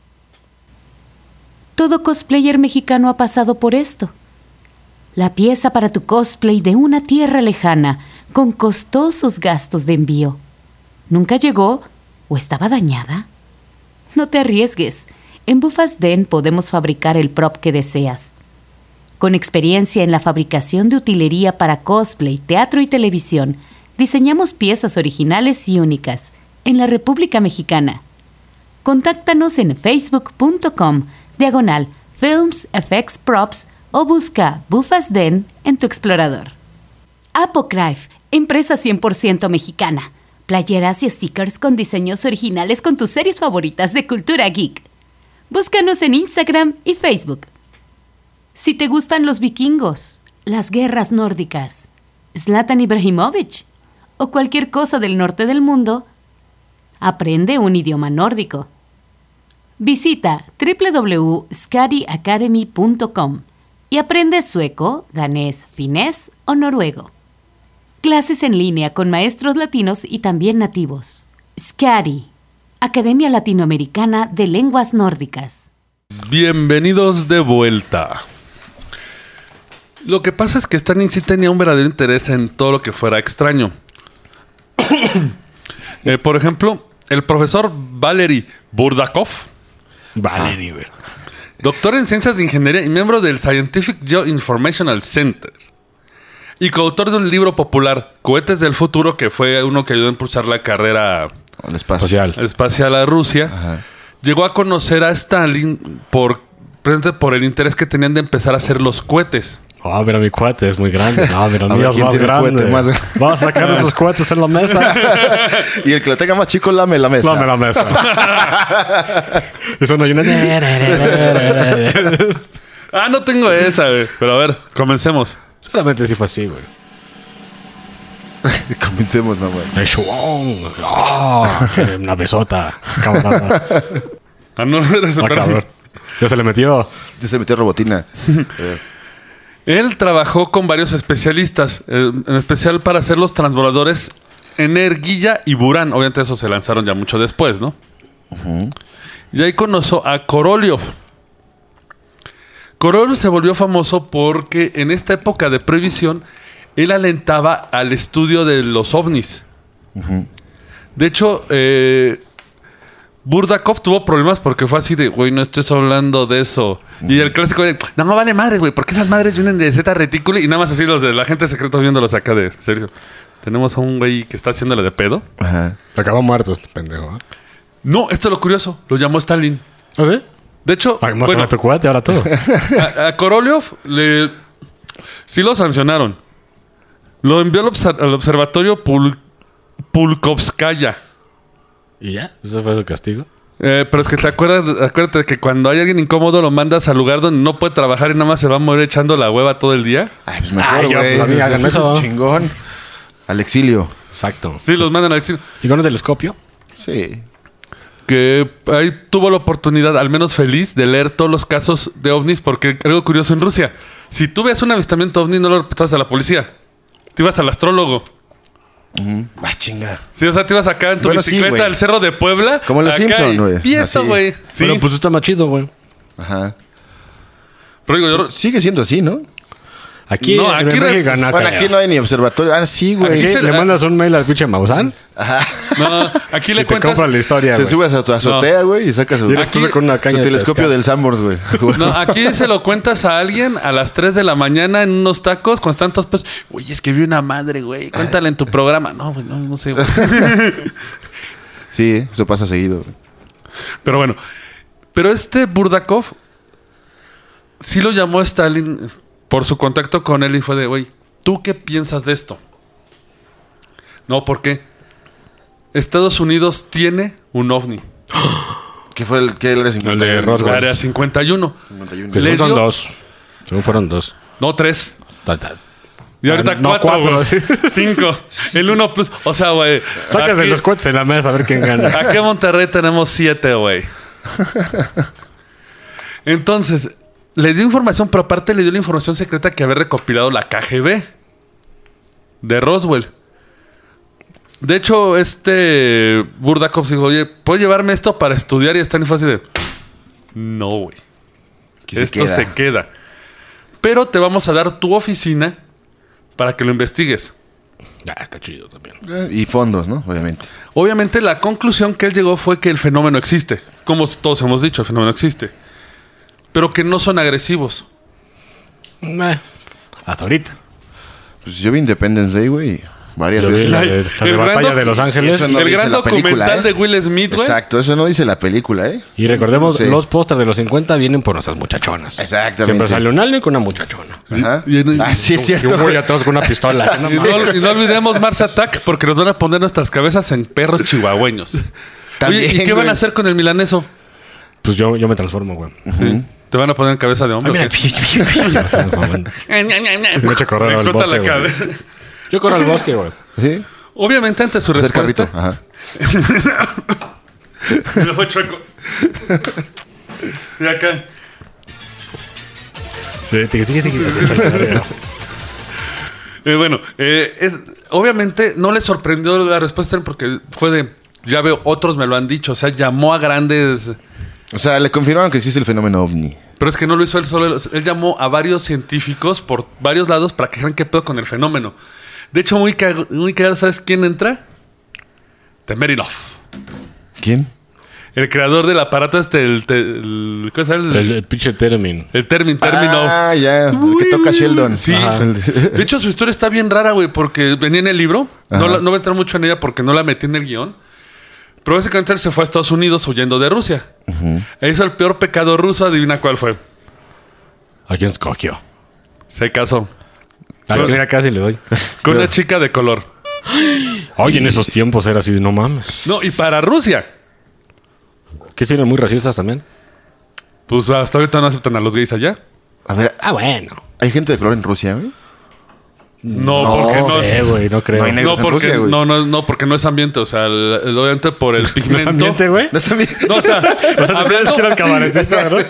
Todo cosplayer mexicano ha pasado por esto. La pieza para tu cosplay de una tierra lejana con costosos gastos de envío. ¿Nunca llegó o estaba dañada? No te arriesgues. En Bufas Den podemos fabricar el prop que deseas. Con experiencia en la fabricación de utilería para cosplay, teatro y televisión, diseñamos piezas originales y únicas en la República Mexicana. Contáctanos en facebook.com/Films FX Props o busca Bufas Den en tu explorador. Apocryph, empresa 100% mexicana. Playeras y stickers con diseños originales con tus series favoritas de cultura geek. Búscanos en Instagram y Facebook. Si te gustan los vikingos, las guerras nórdicas, Zlatan Ibrahimovic o cualquier cosa del norte del mundo, aprende un idioma nórdico. Visita www.skadiacademy.com y aprende sueco, danés, finés o noruego. Clases en línea con maestros latinos y también nativos. Skadi, Academia Latinoamericana de Lenguas Nórdicas. Bienvenidos de vuelta. Lo que pasa es que Stalin sí tenía un verdadero interés en todo lo que fuera extraño. Por ejemplo, el profesor Valery Burdakov, Valery, güey. doctor en ciencias de ingeniería y miembro del Scientific Geoinformational Center, y coautor de un libro popular, Cohetes del Futuro, que fue uno que ayudó a impulsar la carrera Al espacio. espacial a Rusia. Ajá. Llegó a conocer a Stalin por el interés que tenían de empezar a hacer los cohetes. Oh, mira, mi cuate es muy grande. No, mira, el A mío ver, es ¿quién más tiene el grande. cohete más grande? Vamos a sacar esos cohetes en la mesa. Y el que lo tenga más chico, lame la mesa. Dame la mesa. Eso no hay una... Ah, no tengo esa, güey. Pero a ver, comencemos. Solamente si fue así, güey. Comencemos, no, güey. El chuón. Oh, una besota. Cabrón. Ah, no, Ah, cabrón. Ya se le metió. Ya se metió robotina. Él trabajó con varios especialistas, en especial para hacer los transbordadores Energilla y Buran. Obviamente esos se lanzaron ya mucho después, ¿no? Y ahí conoció a Korolev. Korolev se volvió famoso porque en esta época de prohibición él alentaba al estudio de los ovnis. De hecho, Burdakov tuvo problemas porque fue así de, güey, no estés hablando de eso. Y el clásico de, no, vale madre, güey, ¿por qué esas madres vienen de Z retículo? Y nada más así los de la gente secreta viéndolos acá de, serio. Tenemos a un güey que está haciéndole de pedo. Ajá. Acabó muerto este pendejo. No, esto es lo curioso. Lo llamó Stalin. ¿Ah, sí? De hecho, Muéstrame tu cuate, ahora todo. a Korolev sí lo sancionaron. Lo envió al observatorio Pulkovskaya. ¿Y ya? ¿Ese fue su castigo? Pero es que acuérdate que cuando hay alguien incómodo lo mandas al lugar donde no puede trabajar y nada más se va a morir echando la hueva todo el día. Ay, pues mejor, Ay, yo, güey. pues, a mí hagan Eso eso. es chingón. Al exilio. Exacto. Sí, los mandan al exilio. ¿Y con el telescopio? Sí. Que ahí tuvo la oportunidad, al menos feliz, de leer todos los casos de ovnis, porque algo curioso en Rusia. Si tú ves un avistamiento ovni, no lo reportas a la policía. Te ibas al astrólogo. Ah, chinga. Sí, o sea, te ibas acá en tu Bueno, sí, bicicleta güey. al Cerro de Puebla. Como en los acá Simpson, y- güey. Y eso, Así. güey. Sí. Pero pues está más chido, güey. Ajá. Pero digo, yo... Sigue siendo así, ¿no? Aquí, No, en aquí México, no, Bueno, calla. aquí no hay ni observatorio. Ah, sí, güey. Aquí se le la- mandas un mail al pinche Maussan No, aquí y le te cuentas... compra la historia, Se güey. sube a tu azotea, güey, y saca su, Vienes tú Aquí- con una caña su de telescopio pescar. del Sanborns, güey. No, aquí se lo cuentas a alguien a las 3 de la mañana en unos tacos con tantos pesos. Oye, es que vi una madre, güey. Cuéntale en tu programa. No, güey, no sé, güey. Sí, eso pasa seguido, güey. Pero bueno. Pero este Burdakov sí lo llamó a Stalin por su contacto con él y fue de, güey, ¿tú qué piensas de esto? No, ¿por qué? Estados Unidos tiene un ovni. ¿Qué fue el que era 50? El de Roswell. Área 51. 51. Que Le según son dio- dos. Según fueron dos. No, 3. Ta, ta. Y ahorita No, 4, cuatro, güey. sí. 5. El 1 plus. O sea, güey. Sáquense aquí- los cohetes en la mesa a ver quién gana. Aquí en Monterrey tenemos 7, güey. Entonces, le dio información, pero aparte le dio la información secreta que había recopilado la KGB de Roswell. De hecho, Burdakov dijo, oye, ¿puedo llevarme esto para estudiar? Y Stanley fue así de... No, güey. Esto se queda. Pero te vamos a dar tu oficina para que lo investigues. Está chido también. Y fondos, ¿no? Obviamente. Obviamente, la conclusión que él llegó fue que el fenómeno existe. Como todos hemos dicho, el fenómeno existe. Pero que no son agresivos. Hasta ahorita. Pues yo vi Independence Day, güey. Varias Yo vi veces. la de Batalla de Los Ángeles. Eso no el dice gran la película, documental ¿eh? de Will Smith, güey. Exacto, eso no dice la película, ¿eh? Y recordemos, Sí. los pósters de los 50 vienen por nuestras muchachonas. Exactamente. Siempre sale un alien con una muchachona. Ajá. Y- Ah, sí, es Y cierto. un güey atrás con una pistola. Así, Y no olvidemos Mars Attack porque nos van a poner nuestras cabezas en perros chihuahueños. También, Oye, ¿y qué van güey. a hacer con el milaneso? Pues yo me transformo, güey. Sí. ¿Te van a poner en cabeza de Ay, hombre? mira. ¿o qué? Me estoy transformando. Me echo a correr Me al explota bosque, la güey. cabeza. Yo corro al bosque, güey. ¿Sí? Obviamente, ante su Hacer respuesta... carrito. Ajá. Me voy chueco. Y acá... Sí, tiqui. Bueno, obviamente no le sorprendió la respuesta porque fue de... Ya veo, otros me lo han dicho. O sea, llamó a grandes... O sea, le confirmaron que existe el fenómeno ovni. Pero es que no lo hizo él solo. Él llamó a varios científicos por varios lados para que dijeran qué pedo con el fenómeno. De hecho, muy cagado, ¿sabes quién entra? Temerinov. ¿Quién? El creador del aparato ¿cómo se llama? El pinche Termin. El Terminov. Ah, ya. El que toca Sheldon. Sí. Ajá. De hecho, su historia está bien rara, güey, porque venía en el libro. No, Ajá. no voy a entrar mucho en ella porque no la metí en el guión. Pero básicamente él se fue a Estados Unidos huyendo de Rusia. E hizo el peor pecado ruso. Adivina cuál fue. ¿A quién escogió? Se casó Mira, casi le doy. con una chica de color. Oye, en esos tiempos era así de no mames. No, y para Rusia. ¿Qué tienen muy racistas también? Pues hasta ahorita no aceptan a los gays allá. A ver, Bueno. ¿hay gente de color en Rusia, güey? No, No porque No no sé, güey, no creo. No hay No, negros en porque, Rusia, güey. no, porque no es ambiente. O sea, obviamente por el ¿No pigmento. es ambiente, güey? No está bien. No, o sea, hablando... que era el cabaretista, ¿verdad?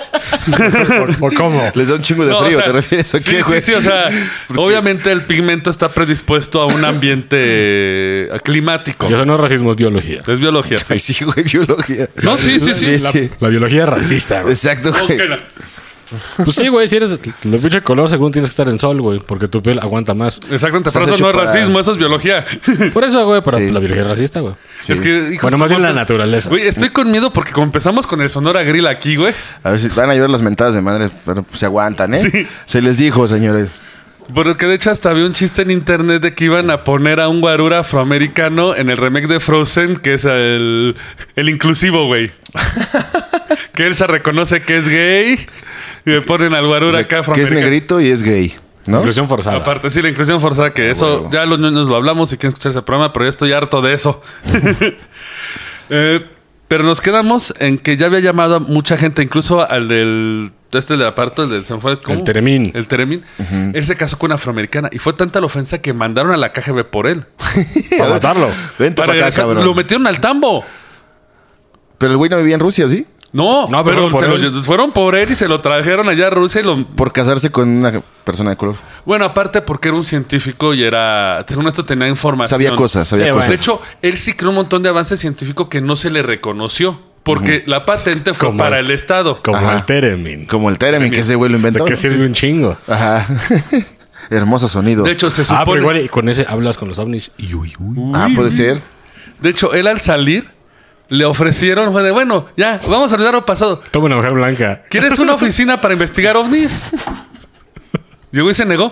¿O cómo? Les da un chingo de No, frío, o sea, ¿te refieres a sí, qué, güey? Sí, o sea, obviamente el pigmento está predispuesto a un ambiente climático. Y eso no es racismo, es biología. Es biología, sí. Ay, sí, güey, biología. No, sí. La biología es racista, güey. Exacto, Ok, güey. no. Pues sí, güey, si eres de pinche color, según tienes que estar en sol, güey, porque tu piel aguanta más. Exactamente, Estás pero eso hecho no es para- racismo, eso es biología. Por eso, güey, pero Sí. la biología es racista, güey. Es que, hijos, Bueno, más bien ¿cómo la te- naturaleza. Güey, estoy con miedo porque como empezamos con el Sonora Grill aquí, güey. A ver si van a llover las mentadas de madres, pero pues, se aguantan, ¿eh? Sí. Se les dijo, señores. Porque de hecho hasta había un chiste en internet de que iban a poner a un guarura afroamericano en el remake de Frozen, que es el inclusivo, güey. Que él se reconoce que es gay y le ponen al guarura O sea, acá que es afroamericano. negrito y es gay, ¿no? Inclusión forzada. Aparte, sí, la inclusión forzada, que eso huevo. ya los niños lo hablamos y quieren escuchar ese programa, pero ya estoy harto de eso. Pero nos quedamos en que ya había llamado a mucha gente, incluso al del aparato, el del se me fue, ¿cómo? El Teremín. El Teremín. Él se casó con una afroamericana y fue tanta la ofensa que mandaron a la KGB por él. Para matarlo. Vente para acá, cabrón. Lo metieron al tambo. Pero el güey no vivía en Rusia, ¿sí? No, No, pero pero por él. fueron por él y se lo trajeron allá a Rusia y lo... Por casarse con una persona de color. Bueno, aparte porque era un científico y era... Según esto tenía información. Sabía cosas, Sí, sabía bueno. cosas. De hecho, él sí creó un montón de avances científicos que no se le reconoció. Porque la patente fue Como para el- el Estado. Como Ajá. el Teremin. Como el Teremin, que ese güey lo ¿De inventó. qué sirve un chingo? Ajá. Hermoso sonido. De hecho, se Ah, pero supone... igual y con ese hablas con los ovnis. Y uy. Puede ser. De hecho, él al salir le ofrecieron... Fue de, bueno, ya, vamos a olvidar lo pasado. Toma una mujer blanca. ¿Quieres una oficina para investigar ovnis? Llegó y se negó.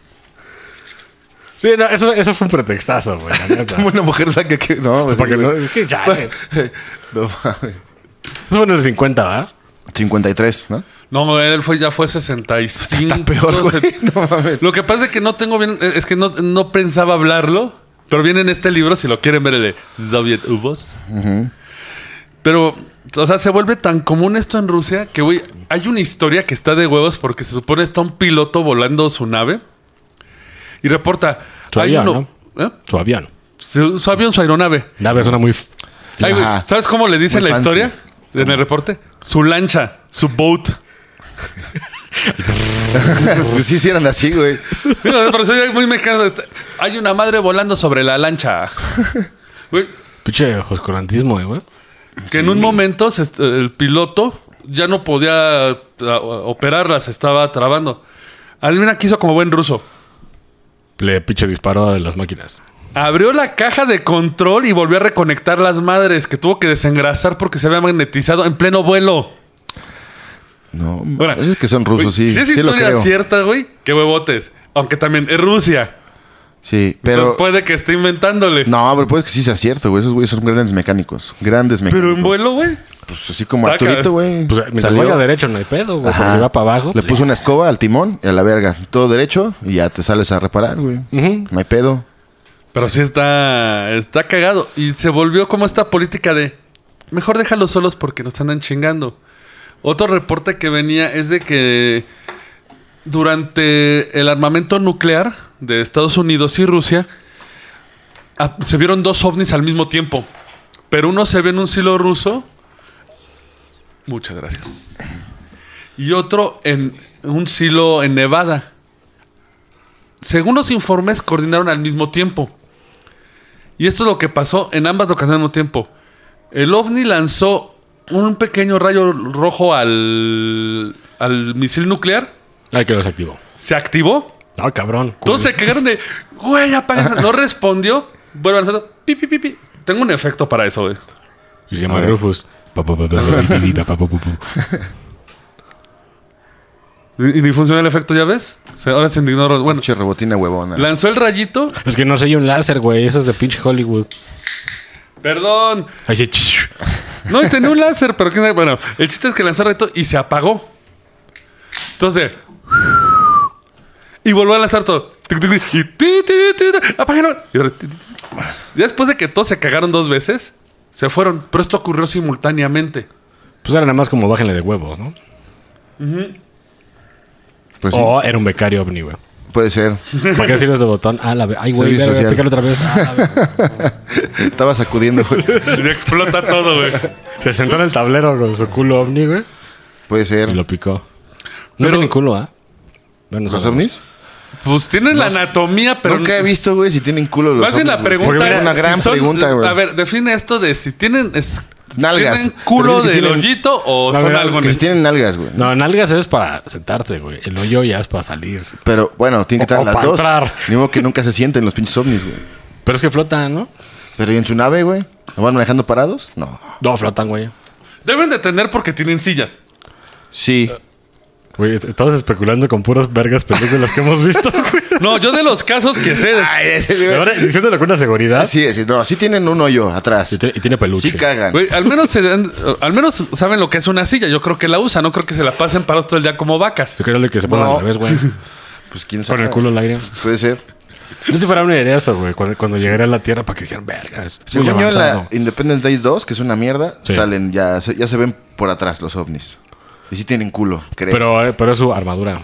Sí, no, eso fue un pretextazo, güey. La neta. Como una mujer blanca que... No, pues, Porque no, güey. es que ya. No mames. Eso fue en el 50, ¿verdad? 53, ¿no? No, él ya fue 65. Está peor, güey. No mames. Lo que pasa es que no tengo bien... Es que no pensaba hablarlo. Pero viene en este libro, si lo quieren ver, el de Soviet UFOs. Pero, o sea, se vuelve tan común esto en Rusia que, güey, hay una historia que está de huevos porque se supone está un piloto volando su nave y reporta... Su hay avión, uno, ¿eh? Su avión. Su avión, su aeronave. Nave suena muy... Ay, güey, Ajá. ¿sabes cómo le dicen Muy la fancy. historia en el reporte? Su lancha, su boat. Pues sí eran así, güey. Pero soy muy mexicano. Hay una madre volando sobre la lancha. Güey, Pinche oscurantismo, güey. que en un momento el piloto ya no podía operarla, se estaba trabando. Adivina qué hizo como buen ruso. Le pinche disparó a las máquinas. Abrió la caja de control y volvió a reconectar las madres que tuvo que desengrasar porque se había magnetizado en pleno vuelo. No, Bueno, es que son rusos, güey, sí. Si es Sí lo historia creo. cierta, güey, qué huevotes. Aunque también es Rusia. Sí, Pero pero... puede que esté inventándole. No, pero puede que sí sea cierto, güey. Esos güeyes son grandes mecánicos. Grandes mecánicos. Pero en vuelo, güey. Pues así como Está Arturito, güey. Pues mientras Salió. vaya derecho no hay pedo, güey. Ajá. Pero si va para abajo... Le puso una escoba al timón y a la verga. Todo derecho y ya te sales a reparar, güey. Ujú. No hay pedo. Pero sí está cagado. Y se volvió como esta política de mejor déjalos solos porque nos andan chingando. Otro reporte que venía es de que durante el armamento nuclear de Estados Unidos y Rusia se vieron 2 ovnis al mismo tiempo. Pero uno se ve en un silo ruso. Muchas gracias. Y otro en un silo en Nevada. Según los informes, coordinaron al mismo tiempo. Y esto es lo que pasó en ambas ocasiones al mismo tiempo. El ovni lanzó un pequeño rayo rojo al misil nuclear. Ay, que lo desactivó. Se activó. No, cabrón. Todos se cagaron de... Güey, apaga. No respondió. Vuelve a lanzar. Pi, pi, pi, pi. Tengo un efecto para eso, güey. Y se llama ver. Rufus. Y ni funciona el efecto, ¿ya ves? Ahora se indignó. Bueno, Pinche rebotina huevona. lanzó el rayito. Es que no soy un láser, güey. Eso es de pinche Hollywood. Perdón. Ay, sí. No, y tenía un láser, pero quién sabe. Bueno, el chiste es que lanzó el rayito y se apagó. Entonces... Y volvió a lanzar todo. Y... apagaron. Y después de que todos se cagaron 2 veces, se fueron. Pero esto ocurrió simultáneamente. Pues era nada más como bájenle de huevos, ¿no? Pues sí, O era un becario ovni, güey. puede ser. ¿Para qué sirve ese botón? Ah, ay, güey, Servicio social. pícalo otra vez. Ah, Estaba sacudiendo, güey. Y explota todo, güey. se sentó en el tablero con su culo ovni, güey. Puede Y ser. lo picó. No Pero- tienen culo, ¿ah? Bueno, ¿Los sabemos. ovnis? Pues tienen la anatomía, pero... Nunca he visto, güey, si tienen culo los Más bien ovnis, la güey. pregunta Es es... una gran si son- pregunta, güey. A ver, define esto de si tienen... Nalgas. ¿Tienen culo Pero es que del tienen- hoyito o No, son mira, algo Que si tienen nalgas, güey. No, nalgas es para sentarte, güey. El hoyo ya es para salir. Pero bueno, tienen que O traer las para dos. entrar. Ni modo que nunca se sienten los pinches ovnis, güey. Pero es que flotan, ¿no? Pero ¿y en su nave, güey? ¿Lo van manejando parados? No. No, flotan, güey. Deben de tener porque tienen sillas. Sí. Güey, estamos especulando con puras vergas películas que hemos visto, güey. No, yo de los casos que sé... Ay, ese, güey. Ahora, diciéndolo con una seguridad. Sí, sí, no, sí tienen un hoyo atrás. Y tiene peluche. Sí cagan. Güey, al menos saben lo que es una silla. Yo creo que la usan. No creo que se la pasen parados todo el día como vacas. Yo creo que se ponen No. al revés, güey. Pues quién sabe. Con el culo al aire. Puede ser. Yo si fuera una idea eso, güey. Cuando llegaré a la Tierra para que dijeran, vergas. Muy Según yo, en avanzado. la Independence Day 2, que es una mierda, Sí. salen ya se ven por atrás los ovnis. Y sí tienen culo, creo. Pero es su armadura.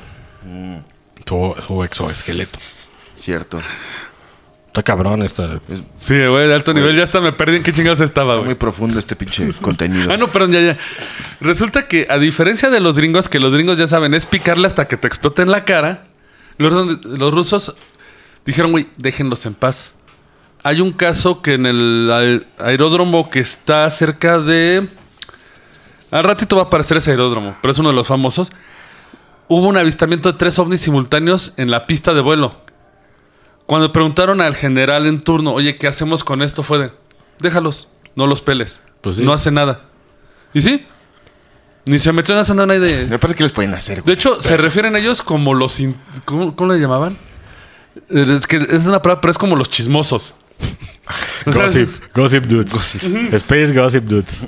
Su exoesqueleto. Cierto. Está cabrón esta. Sí, güey, de alto nivel. Ya hasta me perdí en qué chingados estaba, Está güey. muy profundo este pinche contenido. Ah, no, perdón, ya. Resulta que, a diferencia de los gringos, que los gringos ya saben, es picarle hasta que te explote en la cara, los rusos dijeron, güey, déjenlos en paz. Hay un caso que en el aeródromo que está cerca de... Al ratito va a aparecer ese aeródromo, pero es uno de los famosos. Hubo un avistamiento de 3 ovnis simultáneos en la pista de vuelo. Cuando preguntaron al general en turno, oye, ¿qué hacemos con esto? Fue de, déjalos, no los peles. Pues sí. No hace nada. ¿Y sí? Ni se metió en la zona de... Me parece que les pueden hacer, De güey. hecho, se refieren a ellos como los... ¿Cómo le llamaban? Es que es una palabra, pero es como los chismosos. O sea, Gossip dudes. Space gossip dudes.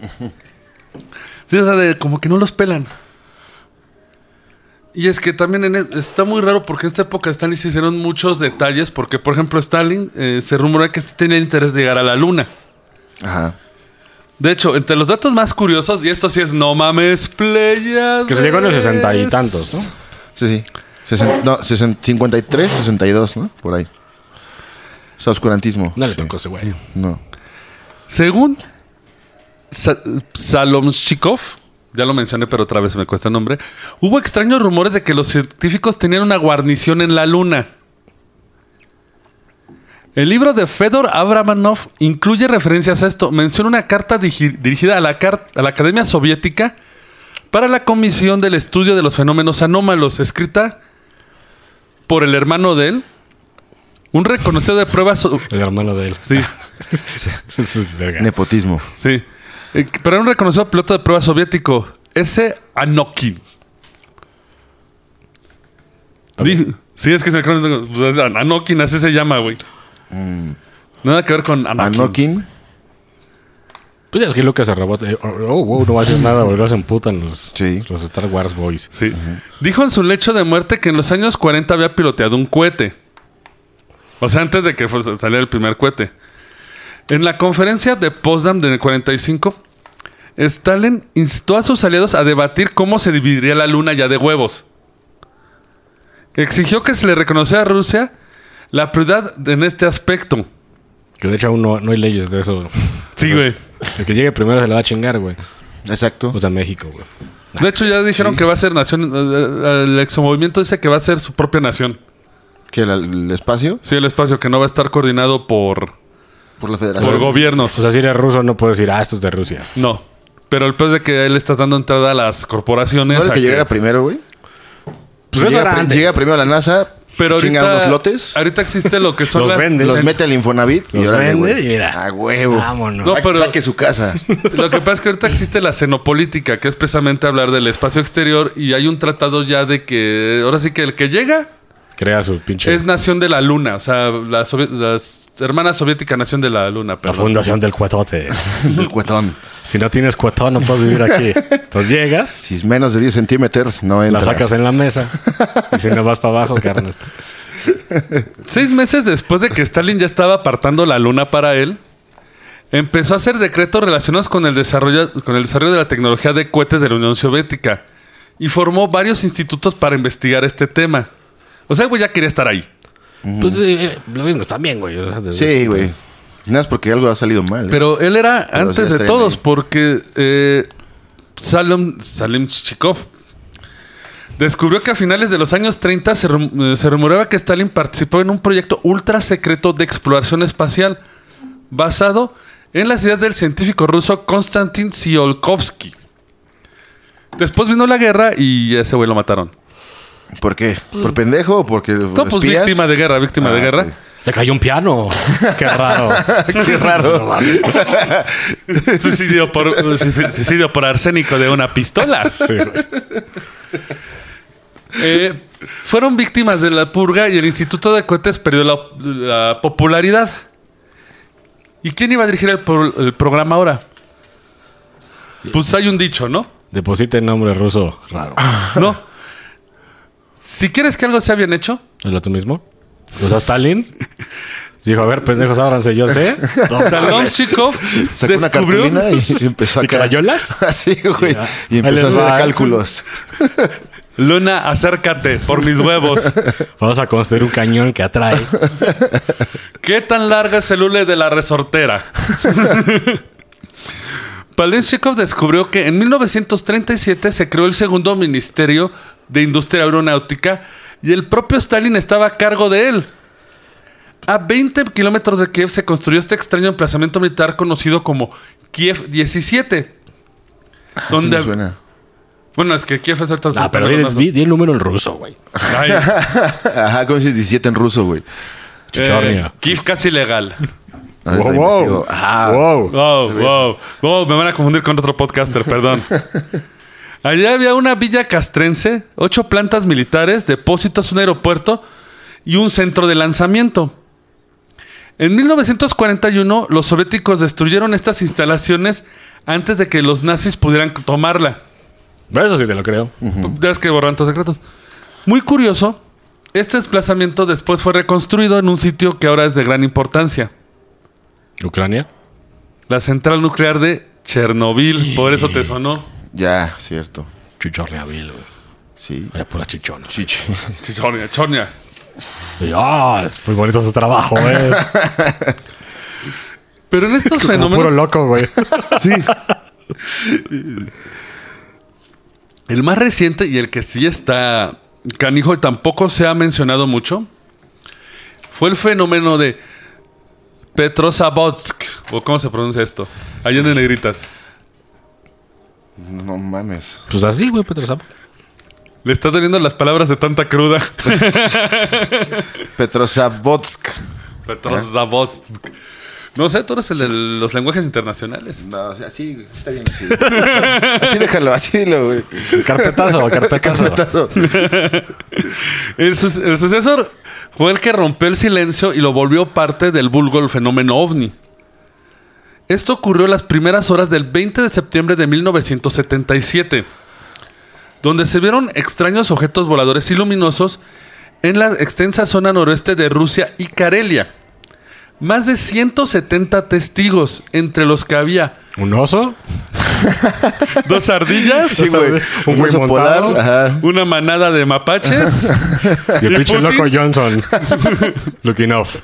sí, o sea, como que no los pelan. Y es que también está muy raro porque en esta época de Stalin se hicieron muchos detalles. Porque, por ejemplo, Stalin se rumora que tenía interés de llegar a la luna. Ajá. De hecho, entre los datos más curiosos, y esto sí es no mames, Pleiades. Que se llegó en el 60 y tantos, ¿no? Sí, sí. 53, 62, ¿no? Por ahí. O sea, oscurantismo. No le tocó ese güey. No. Según Salomshikov, ya lo mencioné, pero otra vez me cuesta el nombre. Hubo extraños rumores de que los científicos tenían una guarnición en la Luna. El libro de Fedor Abramanov incluye referencias a esto. Menciona una carta dirigida a la Academia Soviética para la Comisión del Estudio de los Fenómenos Anómalos, escrita por el hermano de él, un reconocido de pruebas... El hermano de él. Sí, Eso es verga. Nepotismo. sí. Pero era un reconocido piloto de pruebas soviético, S. Anokin. Sí, es que se pues, Anokin, así se llama, güey. Nada que ver con Anakin. Anokin. Pues ya es que Lucas se robó. No va a hacer nada, güey. Lo hacen putan Sí. los Star Wars Boys. Sí. Dijo en su lecho de muerte que en los años 40 había piloteado un cohete. O sea, antes de que saliera el primer cohete. En la conferencia de Potsdam del 45, Stalin instó a sus aliados a debatir cómo se dividiría la luna ya de huevos. Exigió que se le reconociera a Rusia la prioridad en este aspecto. Que de hecho aún no hay leyes de eso. Sí, güey. El que llegue primero se le va a chingar, güey. Exacto. O sea, México, güey. De hecho, ya dijeron que va a ser nación. El exomovimiento dice que va a ser su propia nación. ¿Qué? ¿El espacio? Sí, el espacio que no va a estar coordinado por Por la federación. por gobiernos. O sea, si eres ruso no puedes decir, esto es de Rusia. No. Pero el pez de que él está dando entrada a las corporaciones. ¿No era a que llegara primero, güey? Pues eso era antes. Llega primero la NASA, pero chinga ahorita, unos lotes, ahorita existe lo que son Los las... vende. los mete al Infonavit y Los órale, vende güey. y mira. A huevo. Vámonos. No, pero- Saque su casa. Lo que pasa es que ahorita existe la xenopolítica, que es precisamente hablar del espacio exterior, y hay un tratado ya de que ahora sí que el que llega Crea su pinche... es nación de la luna. O sea, las hermanas soviéticas nación de la luna. La Perdón. fundación del cuetote. El cuetón. Si no tienes cuetón no puedes vivir aquí. Entonces llegas, Si es menos de 10 centímetros, no la entras. sacas en la mesa. Y si no vas para abajo, carnal. 6 meses después de que Stalin ya estaba apartando la luna para él, empezó a hacer decretos relacionados con el desarrollo de la tecnología de cohetes de la Unión Soviética y formó varios institutos para investigar este tema. O sea, güey ya quería estar ahí. Pues los gringos también, güey. O sea, Sí, güey. Nada más porque algo ha salido mal. Pero él era Pero antes sí de estarían todos, ahí. porque Salim Chikov descubrió que a finales de los años 30 se rumoreaba que Stalin participó en un proyecto ultra secreto de exploración espacial basado en las ideas del científico ruso Konstantin Tsiolkovsky. Después vino la guerra y a ese güey lo mataron. ¿Por qué? ¿Por pendejo o porque No, pues espías? víctima de guerra. Ok. Le cayó un piano. Qué raro. Qué raro. Suicidio por arsénico de una pistola. Sí, güey. Fueron víctimas de la purga y el Instituto de Cohetes perdió la popularidad. ¿Y quién iba a dirigir el programa ahora? Pues hay un dicho, ¿no? Deposita el nombre ruso raro. No. Si quieres que algo sea bien hecho, ¿Es lo tú mismo? O sea, Stalin dijo, a ver, pendejos, ábranse, yo sé. Salomchikov Sacó una descubrió... cartulina y empezó a ¿Y carayolas? Así, güey. Ya. Y empezó Ahí a les hacer va. cálculos. Luna, acércate por mis huevos. Vamos a construir un cañón que atrae. ¿Qué tan larga es el hule de la resortera? Palenchikov descubrió que en 1937 se creó el segundo Ministerio de Industria Aeronáutica y el propio Stalin estaba a cargo de él. A 20 kilómetros de Kiev se construyó este extraño emplazamiento militar conocido como Kiev 17. Así me suena. Bueno, es que Kiev es ahorita... Pero di el número en ruso, güey. Ay, Ajá, como si 17 en ruso, güey. Chichornia. Kiev casi legal. Ahorita investigo. Ajá. Wow, me van a confundir con otro podcaster, perdón. Allí había una villa castrense, 8 plantas militares, depósitos, un aeropuerto y un centro de lanzamiento. En 1941, los soviéticos destruyeron estas instalaciones antes de que los nazis pudieran tomarla. Eso sí te lo creo. Ya es que borraron todos los secretos. Muy curioso, este desplazamiento después fue reconstruido en un sitio que ahora es de gran importancia. ¿Ucrania? La central nuclear de Chernobyl. Por eso te sonó. Ya, cierto. Chichorniaville, güey. Sí. Vaya pura chichona. Chichi. Chornia. Es muy bonito su trabajo, güey. Pero en estos Como fenómenos... puro loco, güey. El más reciente y el que sí está canijo y tampoco se ha mencionado mucho fue el fenómeno de Petrozavodsk, o ¿cómo se pronuncia esto? Allá en Negritas. No mames. Pues así, güey, Petrozavodsk. Le está doliendo las palabras de tanta cruda. Petrozavodsk. Petrozavodsk. No sé, tú eres el de los lenguajes internacionales. No, o sea, así, güey, está bien así. Así déjalo, así dilo, güey. Carpetazo. Carpetazo. El sucesor fue el que rompió el silencio y lo volvió parte del vulgo el fenómeno ovni. Esto ocurrió en las primeras horas del 20 de septiembre de 1977, donde se vieron extraños objetos voladores y luminosos en la extensa zona noroeste de Rusia y Karelia. Más de 170 testigos, entre los que había ¿Un oso? 2 ardillas, Sí, güey. Un güey oso polar. montado. Ajá. una manada de mapaches Y el pinche Putin? loco Johnson. Looking off.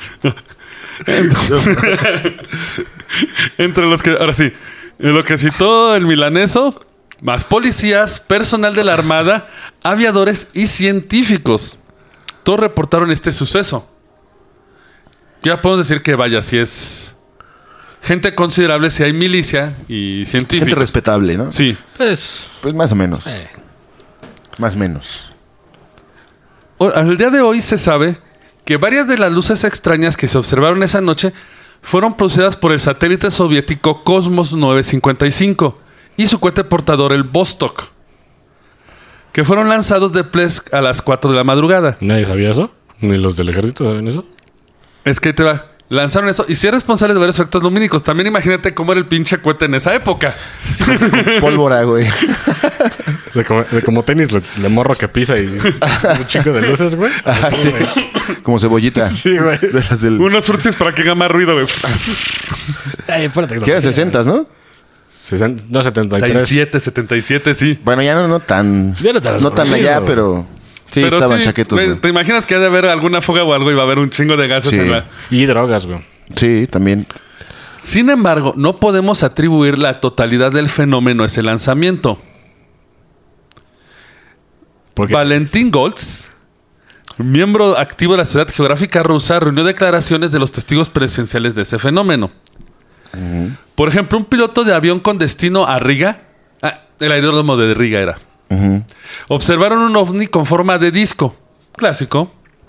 entre los que, ahora sí, en lo que citó el milaneso, más policías, personal de la armada, aviadores y científicos. Todos reportaron este suceso. Ya podemos decir que vaya, si es gente considerable, si hay milicia y científicos. Gente respetable, ¿no? Sí. Pues... Pues más o menos. Más o menos. Al día de hoy se sabe que varias de las luces extrañas que se observaron esa noche fueron producidas por el satélite soviético Cosmos 955 y su cohete portador el Vostok, que fueron lanzados de Plesk a las 4 de la madrugada. ¿Nadie sabía eso? ¿Ni los del ejército saben eso? Es que te va. Lanzaron eso y si es responsable de varios efectos lumínicos. También imagínate cómo era el pinche cohete en esa época. Pólvora, güey. De como tenis, le morro que pisa y un chico de luces, güey. Ah, Así, sí. güey. Como cebollita. Sí, güey. De las del... Unos frutsis para que haga más ruido, güey. Ay, espérate. Que eran 60, ¿no? 60, no, 73. 77, sí. Bueno, ya no tan... Ya no te las No tan olvido. allá, pero... Sí, Pero estaban sí, chaquetos, güey. ¿te imaginas que ha de haber alguna fuga o algo y va a haber un chingo de gases Sí. en la... Y drogas, güey. Sí, también. Sin embargo, no podemos atribuir la totalidad del fenómeno a ese lanzamiento. Porque Valentín Goltz, miembro activo de la Sociedad Geográfica Rusa, reunió declaraciones de los testigos presenciales de ese fenómeno. Por ejemplo, un piloto de avión con destino a Riga, el aeródromo de Riga era, observaron un ovni con forma de disco, clásico.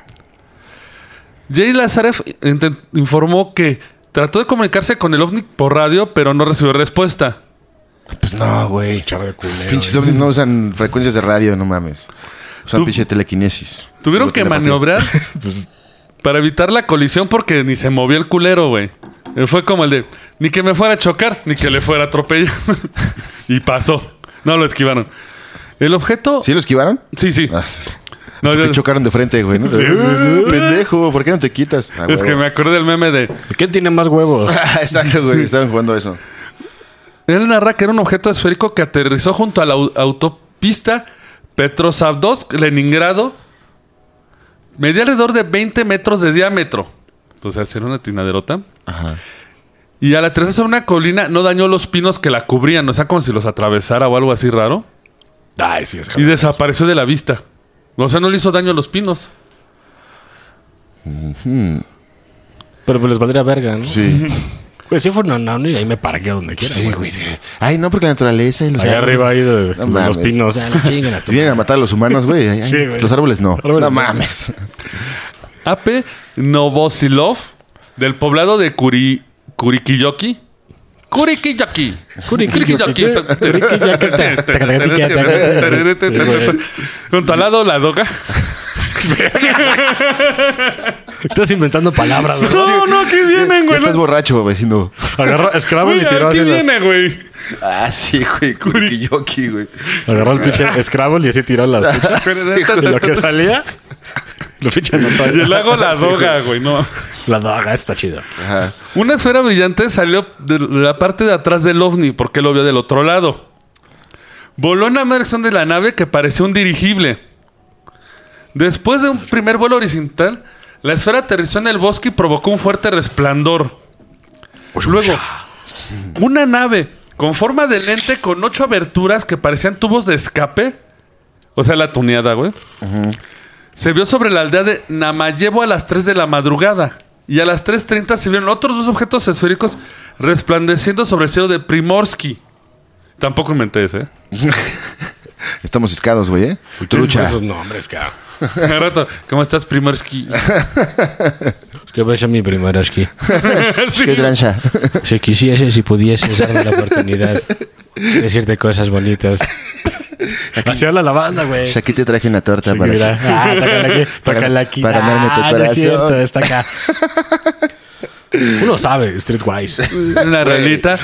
Jay Lazarev informó que trató de comunicarse con el ovni por radio, pero no recibió respuesta. Pues no, güey. chavo de culero. Pinches ovnis no usan frecuencias de radio, no mames. Usan Tú- pinche telequinesis. Tuvieron Digo, que telepatía. maniobrar para evitar la colisión porque ni se movió el culero, güey. Fue como el de, ni que me fuera a chocar, ni que le fuera a atropellar. Y pasó. No lo esquivaron. El objeto... ¿Sí lo esquivaron? Sí, sí. Ah, No, porque yo- chocaron de frente, güey, ¿no? Pendejo, ¿por qué no te quitas? Ah, es que huevo. me acordé del meme de... ¿Quién tiene más huevos? Exacto, güey. Estaban jugando eso. Él narra que era un objeto esférico que aterrizó junto a la autopista Petrozavodsk-Leningrado. Medía alrededor de 20 metros de diámetro. O sea, era una tinaderota. Ajá. Y al aterrizar sobre una colina no dañó los pinos que la cubrían. O sea, como si los atravesara o algo así raro. Ay, sí, es Y desapareció de la vista. O sea, no le hizo daño a los pinos. Pero pues les valdría verga, ¿no? Sí. Güey, si fue un y ahí me parqué donde quiera. Sí, güey. Sí. Ay, no, porque la naturaleza y los Allá árboles. arriba ahí de No los mames. pinos. Ya, no chinguen a tu- Vienen a matar a los humanos, güey. Ay, ay, Sí, güey. Los árboles no. Árboles no no. mames. A.P. Novosilov, del poblado de Kurikiyoki. Kurikiyoki. Kurikiyoki. Junto al lado la doga. Estás inventando palabras, güey. No, no, aquí vienen, güey. Estás borracho, vecino. Agarró Scrabble y Güey, tiró aquí así las... viene, güey. Ah, sí, güey. Kurikiyoki, güey. Agarró el pinche Scrabble y así tiró las fichas. Y lo que salía, lo pinche anotó. Y el lago la doga, güey, no. La daga está chido. Ajá. Una esfera brillante salió de la parte de atrás del ovni porque lo vio del otro lado. Voló en la dirección de la nave que parecía un dirigible. Después de un primer vuelo horizontal, la esfera aterrizó en el bosque y provocó un fuerte resplandor. Luego, una nave con forma de lente con 8 aberturas que parecían tubos de escape. O sea, la tuneada, güey. Se vio sobre la aldea de Namayevo a las 3 de la madrugada. Y a las 3:30 se vieron otros 2 objetos esféricos resplandeciendo sobre el cielo de Primorsky. Tampoco inventé ese, ¿eh? Estamos ciscados, güey, ¿eh? Trucha. Esos nombres, cabrón. Al rato, ¿cómo estás, Primorsky? ¿Qué pasa, mi Primorsky? Sí. Qué trancha. Si quisiese, si pudieses darme la oportunidad de decirte cosas bonitas. Así habla la banda, güey. Aquí te traje una torta Sí, para... mira. Tócala aquí. para ganarme tu No es corazón. cierto, está acá. Uno sabe, Streetwise. Una rolita.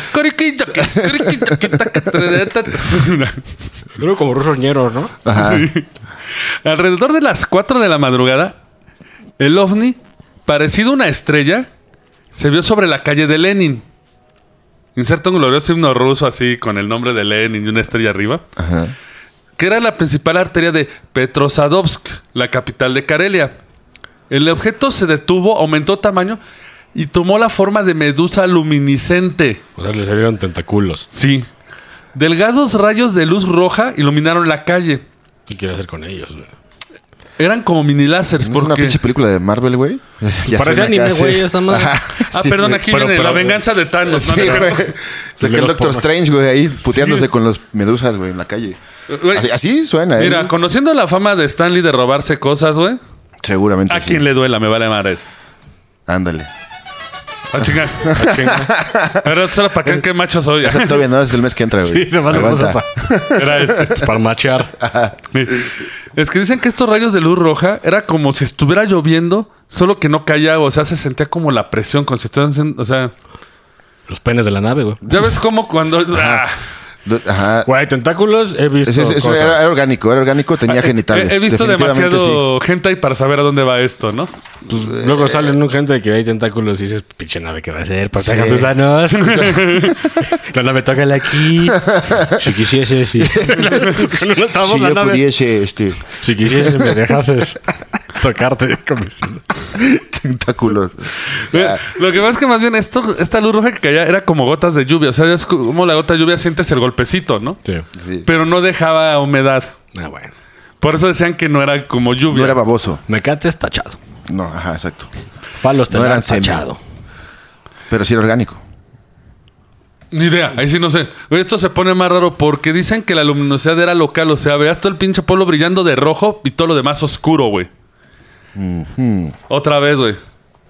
Luego como rusos ñeros, ¿no? Ajá. Alrededor de las 4 de la madrugada, el ovni, parecido a una estrella, se vio sobre la calle de Lenin. Inserta un glorioso himno ruso así con el nombre de Lenin y una estrella arriba. Ajá. Que era la principal arteria de Petrosadovsk, la capital de Karelia. El objeto se detuvo, aumentó tamaño y tomó la forma de medusa luminiscente. O sea, le salieron tentáculos. Sí. Delgados rayos de luz roja iluminaron la calle. ¿Qué quiere hacer con ellos, güey? Eran como mini láseres. ¿No es una porque... pinche película de Marvel, güey? Ya Parece suena anime, acá, güey, sí. esta madre. Ajá. Ah, Sí, perdón, güey. aquí viene la venganza de Thanos. Sí, ¿no? ¿No es güey. cierto? Saca el Doctor Strange, güey, ahí puteándose con los medusas, güey, en la calle. Güey, Así suena, ¿eh? mira, conociendo la fama de Stanley de robarse cosas, güey. Seguramente A sí. quien le duela, me vale madres. Ándale. A chingar. Pero solo para que qué macho soy. Esa todavía no, es el mes que entra, güey. Sí, nomás le puso Aguanta. Era este. para machear. Es que dicen que estos rayos de luz roja era como si estuviera lloviendo, solo que no caía, o sea, se sentía como la presión, como si estuvieran haciendo, o sea, Los penes de la nave, güey. ya ves cómo cuando Ajá. Güey, tentáculos he visto Eso cosas. era orgánico, tenía genitales. he visto Definitivamente demasiado hentai para saber a dónde va esto, ¿no? Pues, luego salen un gente que hay tentáculos y dices, pinche nave, ¿qué va a hacer? Protejan Sí. sus anos. La nave, tócala aquí. Si quisiese, sí. Cuando no estábamos Si la yo nave. pudiese, Si quisiese, me dejases tocarte. tentáculos. Lo que pasa es que más bien esta luz roja que caía era como gotas de lluvia, o sea, es como la gota de lluvia sientes el golpecito, ¿no? Sí. Sí. Pero no dejaba humedad. Ah, bueno. Por eso decían que no era como lluvia. No era baboso. Mecates tachado. No, ajá, exacto. Falos No eran semen. tachado. Pero sí era orgánico. Ni idea, ahí sí no sé. Esto se pone más raro porque dicen que la luminosidad era local. O sea, veas todo el pinche pueblo brillando de rojo y todo lo demás oscuro, güey. Otra vez, güey.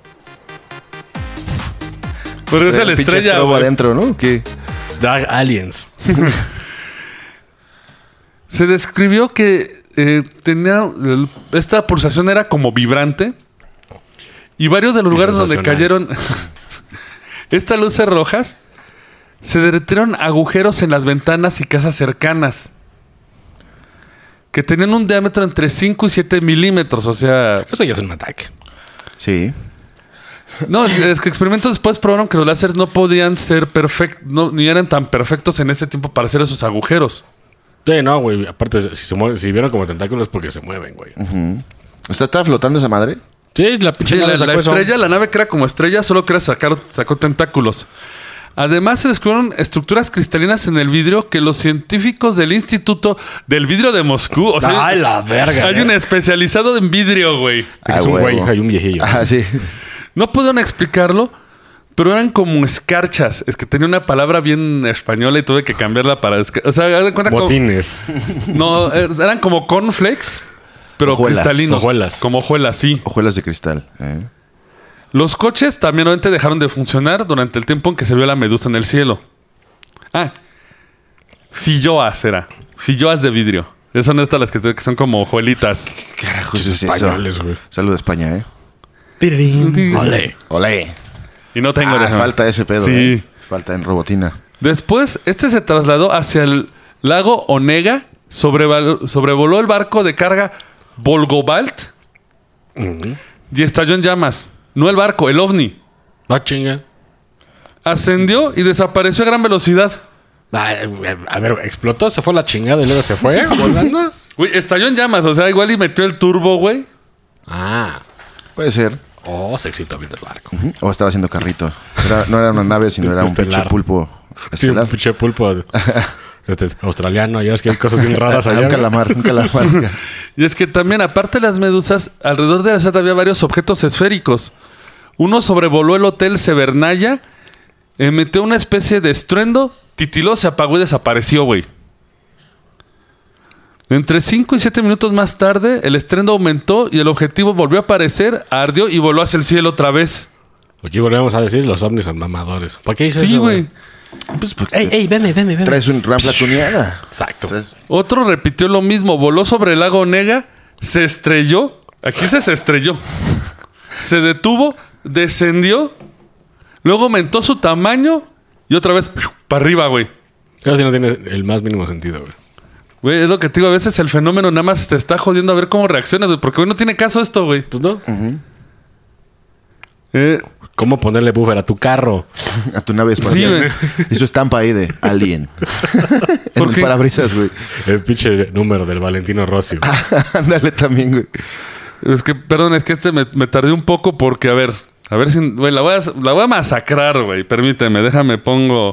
Pero esa es la Pinche estrella, estrobo güey. adentro, ¿no? ¿Qué? Dark Aliens. Se describió que esta pulsación era como vibrante. Y varios de los lugares donde sensacional. cayeron estas luces rojas se derritieron agujeros en las ventanas y casas cercanas. Que tenían un diámetro entre 5 y 7 milímetros. O sea, Eso ya es un ataque. Sí. no, es que experimentos después probaron que los láseres no podían ser perfectos, ni eran tan perfectos en ese tiempo para hacer esos agujeros. Sí, no, güey. Aparte, si se mueven, si vieron como tentáculos, porque se mueven, güey. ¿Está flotando esa madre? Sí, la pinche Sí, nave la sacó eso. estrella, la nave que era como estrella, solo que era sacó tentáculos. Además, se descubrieron estructuras cristalinas en el vidrio que los científicos del Instituto del Vidrio de Moscú... O sea, Ay, la verga. hay un especializado en vidrio, güey. Es un güey, hay un viejillo. Ajá, sí. No pudieron explicarlo, pero eran como escarchas. Es que tenía una palabra bien española y tuve que cambiarla para... O sea, haz de cuenta como... Botines. No, eran como cornflakes, pero Hojuelas. cristalinos. Hojuelas. Como hojuelas, sí. Hojuelas de cristal. Los coches también obviamente dejaron de funcionar durante el tiempo en que se vio la medusa en el cielo. Ah, filloas era. Filloas de vidrio. Esas son estas las que son como hojuelitas. ¿Qué carajos Pinches es eso? españoles, güey. Salud de España, ¿eh? Ole. Olé. Y no tengo... Falta ese pedo, Sí. ¿eh? Falta en robotina. Después, se trasladó hacia el lago Onega, sobrevoló el barco de carga Volgobalt y estalló en llamas. No el barco, el ovni. Ah, chinga. Ascendió y desapareció a gran velocidad. A ver, explotó, se fue la chingada y luego se fue volando. Güey, estalló en llamas, o sea, igual y metió el turbo, güey. Ah. Puede ser. Oh, se excitó bien el barco. O estaba haciendo carrito. No era una nave, sino era un pinche Estelar. pulpo Sí, un estelar. pinche pulpo australiano. Ya es que hay cosas bien raras allá. Un güey. calamar, un calamar. Y es que también, aparte de las medusas, alrededor de la ciudad había varios objetos esféricos. Uno sobrevoló el hotel Severnaya, emitió una especie de estruendo, titiló, se apagó y desapareció, güey. Entre 5 y 7 minutos más tarde, el estruendo aumentó y el objetivo volvió a aparecer, ardió y voló hacia el cielo otra vez. Aquí volvemos a decir, los ovnis son mamadores. ¿Para qué dices Sí, eso, güey. Pues porque Ey, veme. traes un rampa tuneada. Exacto. Traes- Otro repitió lo mismo, voló sobre el lago Nega, se estrelló. Aquí se estrelló. Se detuvo, descendió, luego aumentó su tamaño y otra vez para arriba, güey. Eso sí no tiene el más mínimo sentido, güey. Güey, es lo que te digo, a veces el fenómeno nada más te está jodiendo a ver cómo reaccionas, güey, porque güey, no tiene caso esto, güey. Pues no. Eh, ¿Cómo ponerle buffer a tu carro? A tu nave sí, espacial. güey. Y su estampa ahí de Alien. En ¿Por el qué? parabrisas, güey. El pinche número del Valentino Rossi, güey. Ándale también, güey. Es que, perdón, es que me tardé un poco porque, a ver si, güey, la voy a masacrar, güey. Permíteme, déjame, pongo...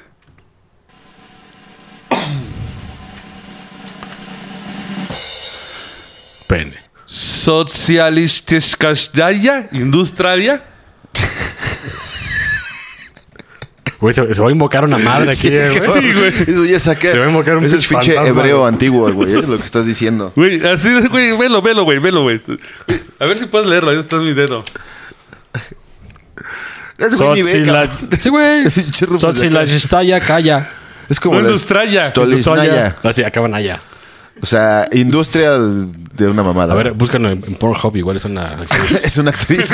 Pene. Socialistiskaya Industralia. Güey, se va a invocar una madre aquí, güey. güey. Eso ya saqué. Se va a invocar un Eso es pinche pinche fantasma, hebreo güey. antiguo, güey. Es lo que estás diciendo. Güey, así de, güey, velo, güey. A ver si puedes leerlo, ahí está mi dedo. Ese güey ni beca. Sí, güey. Pinche Rufus de acá. Socialistaya calla. Es como No, la Industraya. Stoliznaya. Así, acaban allá. O sea, industria de una mamada. A ver, búscalo en Pornhub. Igual es una... Es una actriz.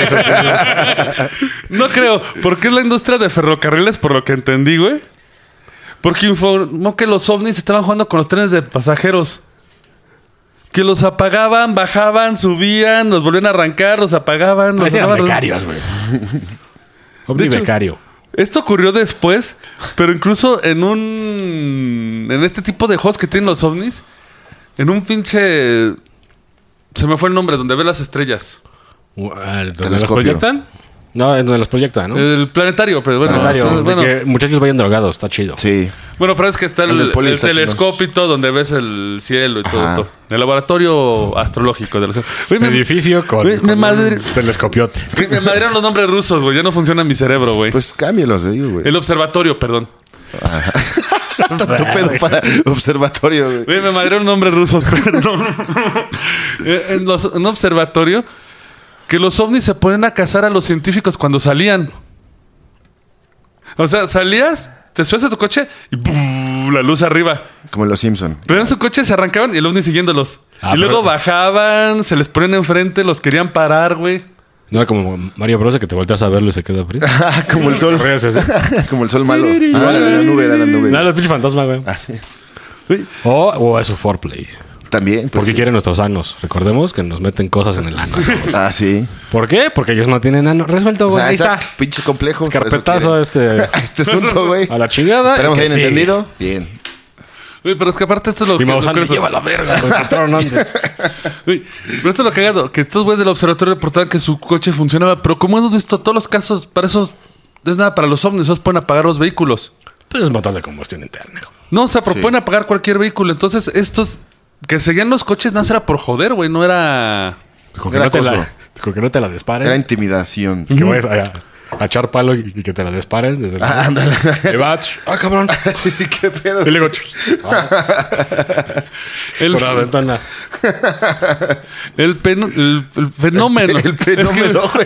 No creo, porque es la industria de ferrocarriles, por lo que entendí, güey. Porque informó que los ovnis estaban jugando con los trenes de pasajeros. Que los apagaban, bajaban, subían, los volvían a arrancar, los apagaban, los Eran dejaban- becarios, güey. Ovni hecho- becario. Esto ocurrió después, pero incluso en este tipo de juegos que tienen los ovnis, en un pinche... Se me fue el nombre, donde ve las estrellas. ¿Dónde los Telescopio. proyectan? No, es donde los proyectan, ¿no? El planetario, pero bueno. Planetario. bueno, Que muchachos vayan drogados. Está chido. Sí. bueno, pero es que está El del poli el está telescopio y todo, donde ves el cielo y todo Ajá. esto. El laboratorio astrológico de los... Güey, Edificio con, me con madre- un telescopiote. me madrearon los nombres rusos, güey. Ya no funciona mi cerebro, güey. Pues cámbielos, le digo, güey. El observatorio, perdón. Tanto pedo para observatorio, güey. Güey, me madrearon nombres rusos, perdón. En un observatorio, que los ovnis se ponen a cazar a los científicos cuando salían. O sea, salías, te subes a tu coche y ¡pum! La luz arriba. Como en Los Simpson. Pero en su coche se arrancaban y el ovni siguiéndolos. Ah, y luego pero- bajaban, se les ponían enfrente, los querían parar, güey. No era como Mario Bros. Que te volteas a verlo y se queda frío. Ah, como el sol. Ríes así. Como el sol malo. Ah, era la nube, era la nube. Nada, los pinches fantasmas, güey. Ah, sí. O es su foreplay. También. pues, Porque sí. quieren nuestros anos. Recordemos que nos meten cosas en el ano. Ah, sí. ¿Por qué? Porque ellos no tienen ano. Resuelto, O güey. sea, Ahí está. exacto, pinche complejo. por eso Carpetazo quieren. este. Este asunto, güey. A la chingada. Esperemos y que que hayan sigue. entendido. Bien. Güey, pero es que aparte esto es lo Y que... Maussan lo me que- lleva a la verga. Lo encontraron antes. Güey, pero esto es lo cagado, que estos güeyes del observatorio reportaban que su coche funcionaba, pero como hemos visto todos los casos, para eso es nada para los ovnis, esos pueden apagar los vehículos. Pues es motor de combustión interna. No, o sea, pero pueden apagar cualquier vehículo. Entonces, estos que seguían los coches, nada, era por joder, güey, no era... Con que, Era no te acoso. con que no te la disparen. Era intimidación. Que vayas a echar palo y que te la disparen desde Ah, ándale. Y va, cabrón. Sí, sí, qué pedo. Y luego El, por la ventana. el fenómeno. El fenómeno, güey.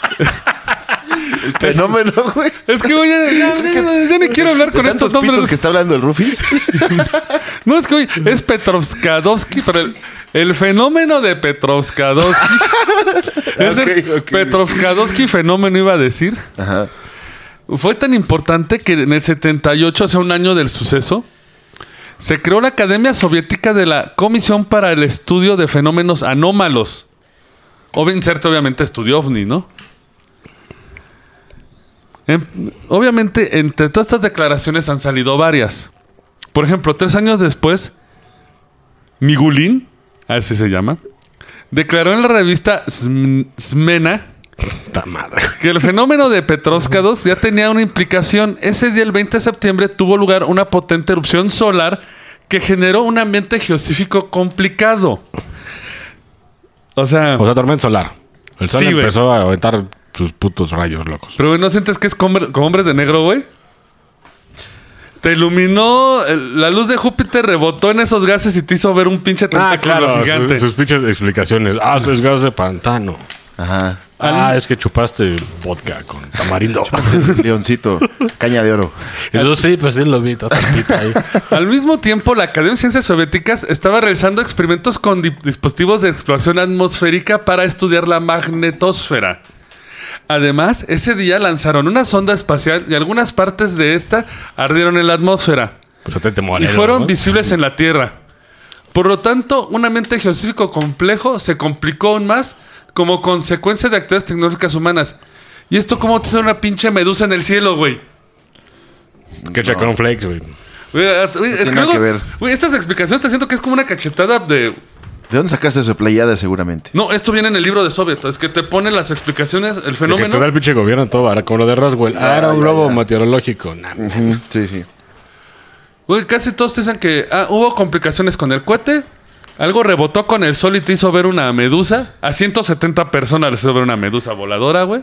El fenómeno, güey. Es que, güey, ya ni quiero hablar con De estos tantos pitos nombres. que está hablando el Rufis. No, es que, güey, es Petrovskadovsky, pero el fenómeno de Petrovskadovsky. Es el Ok. Petrovskadovsky fenómeno, iba a decir. Ajá. Fue tan importante que en el 78, o sea, un año del suceso, se creó la Academia Soviética de la Comisión para el Estudio de Fenómenos Anómalos. Obviamente estudió OVNI, ¿no? Obviamente, entre todas estas declaraciones han salido varias. Por ejemplo, 3 años después, Migulin, así se llama, declaró en la revista Smena Está madre. que el fenómeno de Petróscados ya tenía una implicación. Ese día, el 20 de septiembre, tuvo lugar una potente erupción solar que generó un ambiente geosífico complicado. O sea, tormenta solar. El sol Sí, güey. empezó a aventar sus putos rayos locos. pero güey, ¿no sientes que es como Hombres de Negro, güey? Te iluminó, la luz de Júpiter rebotó en esos gases y te hizo ver un pinche tentáculo gigante. Sus pinches explicaciones. Es gas de pantano. Ajá. Es que chupaste vodka con tamarindo. Leoncito. Caña de oro. Eso sí, pues sí lo vi tantito ahí. Al mismo tiempo, la Academia de Ciencias Soviéticas estaba realizando experimentos con dispositivos de exploración atmosférica para estudiar la magnetosfera. Además, ese día lanzaron una sonda espacial y algunas partes de esta ardieron en la atmósfera. Pues satélite Y Morelos, fueron ¿no? visibles en la Tierra. Por lo tanto, un ambiente geosífico complejo se complicó aún más como consecuencia de actividades tecnológicas humanas. ¿Y esto cómo te hace una pinche medusa en el cielo, güey? Que echa cornflakes, güey. Güey, es tiene que nada luego, que ver. güey, estas explicaciones te siento que es como una cachetada de... ¿De dónde sacaste eso? Playada, seguramente. No, esto viene en el libro de Soviet. Es que te ponen las explicaciones, el Que fenómeno. te da el pinche gobierno todo, ahora como lo de Roswell. Era un globo meteorológico. Nah, Sí, sí. Güey, casi todos te dicen que hubo complicaciones con el cohete. Algo rebotó con el sol y te hizo ver una medusa. A 170 personas les hizo ver una medusa voladora, güey.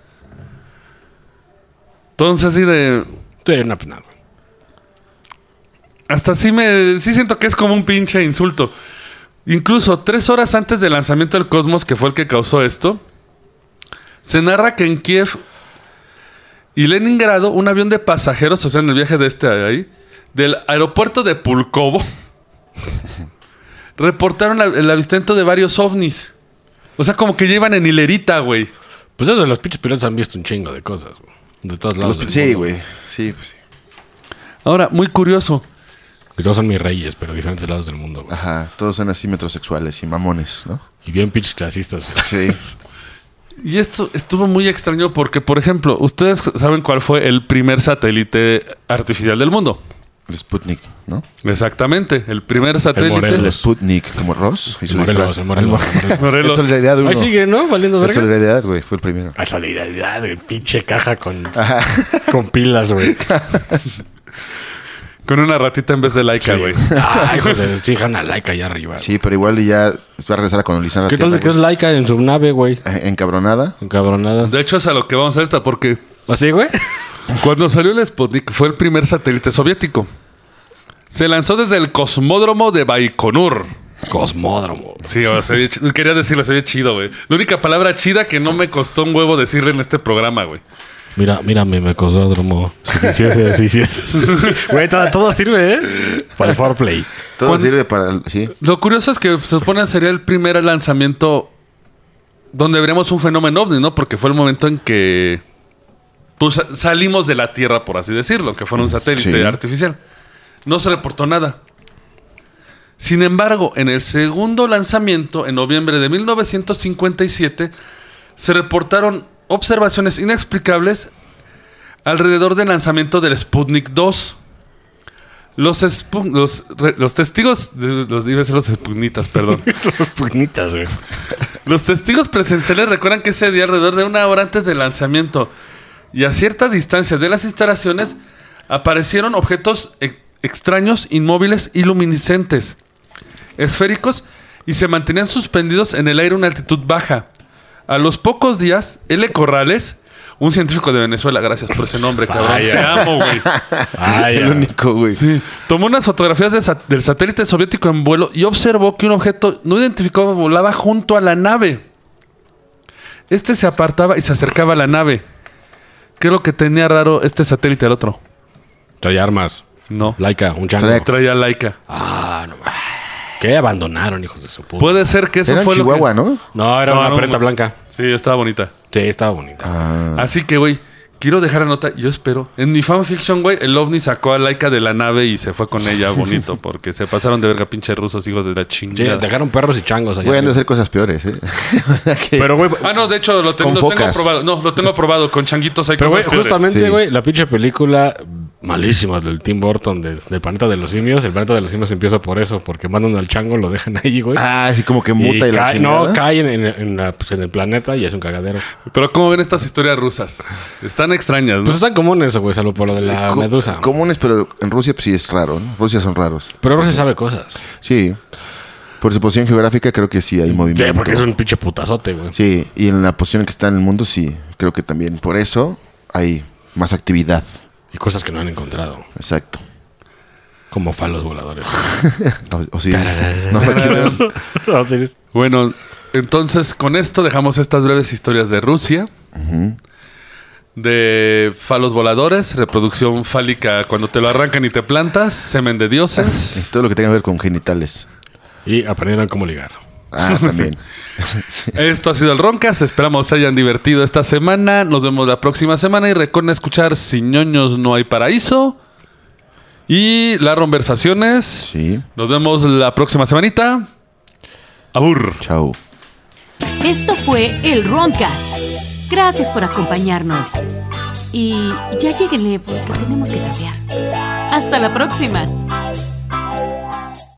Entonces, así de... Sí, una pena, güey. Hasta sí siento que es como un pinche insulto. Incluso 3 horas antes del lanzamiento del Cosmos, que fue el que causó esto, se narra que en Kiev y Leningrado, un avión de pasajeros, o sea, en el viaje de ahí, del aeropuerto de Pulkovo, reportaron el avistamiento de varios ovnis. O sea, como que llevan en hilerita, güey. Pues eso, los pinches pilotos han visto un chingo de cosas, güey. De todos lados. del Sí, mundo. güey. Sí, pues sí. Ahora, muy curioso. Que todos son mis reyes, pero de diferentes lados del mundo, güey. Ajá. Todos son así metrosexuales y mamones, ¿no? Y bien pinches clasistas, güey. Sí. Y esto estuvo muy extraño porque, por ejemplo, ustedes saben cuál fue el primer satélite artificial del mundo. El Sputnik, ¿no? Exactamente, el primer satélite. El Sputnik, como Ross. Y su Morelos, disfraz. Morelos. Morelos. El Solidaridad 1. Ahí sigue, ¿no? Valiendo El verga. Solidaridad, güey. Fue el primero. A solidaridad, güey. Pinche caja con pilas, güey. Con una ratita en vez de laica, güey. Ay, joder, sí, dejan a Laika allá arriba. Sí, pero igual y ya va a regresar a colonizar la ¿Qué tal de que Tierra, es Laika en su nave, güey? güey. Encabronada. Encabronada. De hecho, es a lo que vamos a ver ahorita, porque ¿Así, güey? cuando salió el Sputnik fue el primer satélite soviético. Se lanzó desde el cosmódromo de Baikonur. Cosmódromo. Sí, o sea, quería decirlo, se ve chido, güey. La única palabra chida que no me costó un huevo decirle en este programa, güey. Mírame, me cosmódromo. Sí es. Güey, todo sirve, ¿eh? Para el foreplay. Todo sirve para... Sí. Lo curioso es que se supone sería el primer lanzamiento donde veremos un fenómeno ovni, ¿no? Porque fue el momento en que pues, salimos de la Tierra, por así decirlo, que fue un satélite Sí. artificial. No se reportó nada. Sin embargo, en el segundo lanzamiento, en noviembre de 1957, se reportaron observaciones inexplicables alrededor del lanzamiento del Sputnik 2. Los testigos... iba a ser los Sputnitas, perdón. Sus pugnitas, güey. Los testigos presenciales recuerdan que ese día, alrededor de una hora antes del lanzamiento y a cierta distancia de las instalaciones, aparecieron objetos extraños, inmóviles y luminiscentes, esféricos, y se mantenían suspendidos en el aire a una altitud baja. A los pocos días, L. Corrales, un científico de Venezuela, gracias por ese nombre, cabrón, Vaya. te amo, güey. Ay, El único, güey. Sí. Tomó unas fotografías del satélite soviético en vuelo y observó que un objeto no identificado volaba junto a la nave. Este se apartaba y se acercaba a la nave. ¿Qué es lo que tenía raro este satélite al otro? Traía armas. No. Laika, un chango. Traía Laika. Ah, no. ¿Qué abandonaron, hijos de su puta? Puede ser que eso Era en fue Chihuahua, lo que... ¿no? No, era No, una no, preta no. blanca. Sí, estaba bonita. Sí, estaba bonita. Así que, güey, quiero dejar la nota. Yo espero. En mi fanfiction, güey, el ovni sacó a Laika de la nave y se fue con ella bonito. Porque se pasaron de verga, pinche rusos, hijos de la Sí, chingada. dejaron perros y changos allá. Pueden hacer cosas peores, ¿eh? Pero, güey, Ah, no, de hecho, lo tengo Con focas. aprobado. No, lo tengo aprobado. Con changuitos hay pero, güey, cosas peores. justamente, Sí. güey, la pinche película malísimas del Tim Burton, del Planeta de los Simios. El Planeta de los Simios empieza por eso, porque mandan al chango, lo dejan ahí, güey. Ah, así como que muta y la cae, chingada. no, cae en el planeta y es un cagadero. Pero ¿cómo ven estas historias rusas? Están extrañas, ¿no? Pues están comunes, güey, salvo por lo de la medusa. Comunes, pero en Rusia pues, sí es raro, ¿no? Rusia son raros. Pero Rusia sabe cosas. Sí. Por su posición geográfica creo que sí hay movimiento. Sí, porque es un pinche putazote, güey. Sí, y en la posición en que está en el mundo sí. Creo que también por eso hay más actividad. Y cosas que no han encontrado. Exacto. Como falos voladores. Osiris. No, Osiris. Bueno, entonces con esto dejamos estas breves historias de Rusia. De falos voladores, reproducción fálica cuando te lo arrancan y te plantas, semen de dioses. todo lo que tenga que ver con genitales. Y aprendieron cómo ligar. Ah, también. Esto ha sido el Roncast. Esperamos se hayan divertido esta semana. Nos vemos la próxima semana. Y recuerden escuchar Sin ñoños no hay paraíso. Y las conversaciones. Sí. Nos vemos la próxima semanita. Abur. Chao. Esto fue el Roncast. Gracias por acompañarnos. Y ya lléguenle porque tenemos que trapear. Hasta la próxima.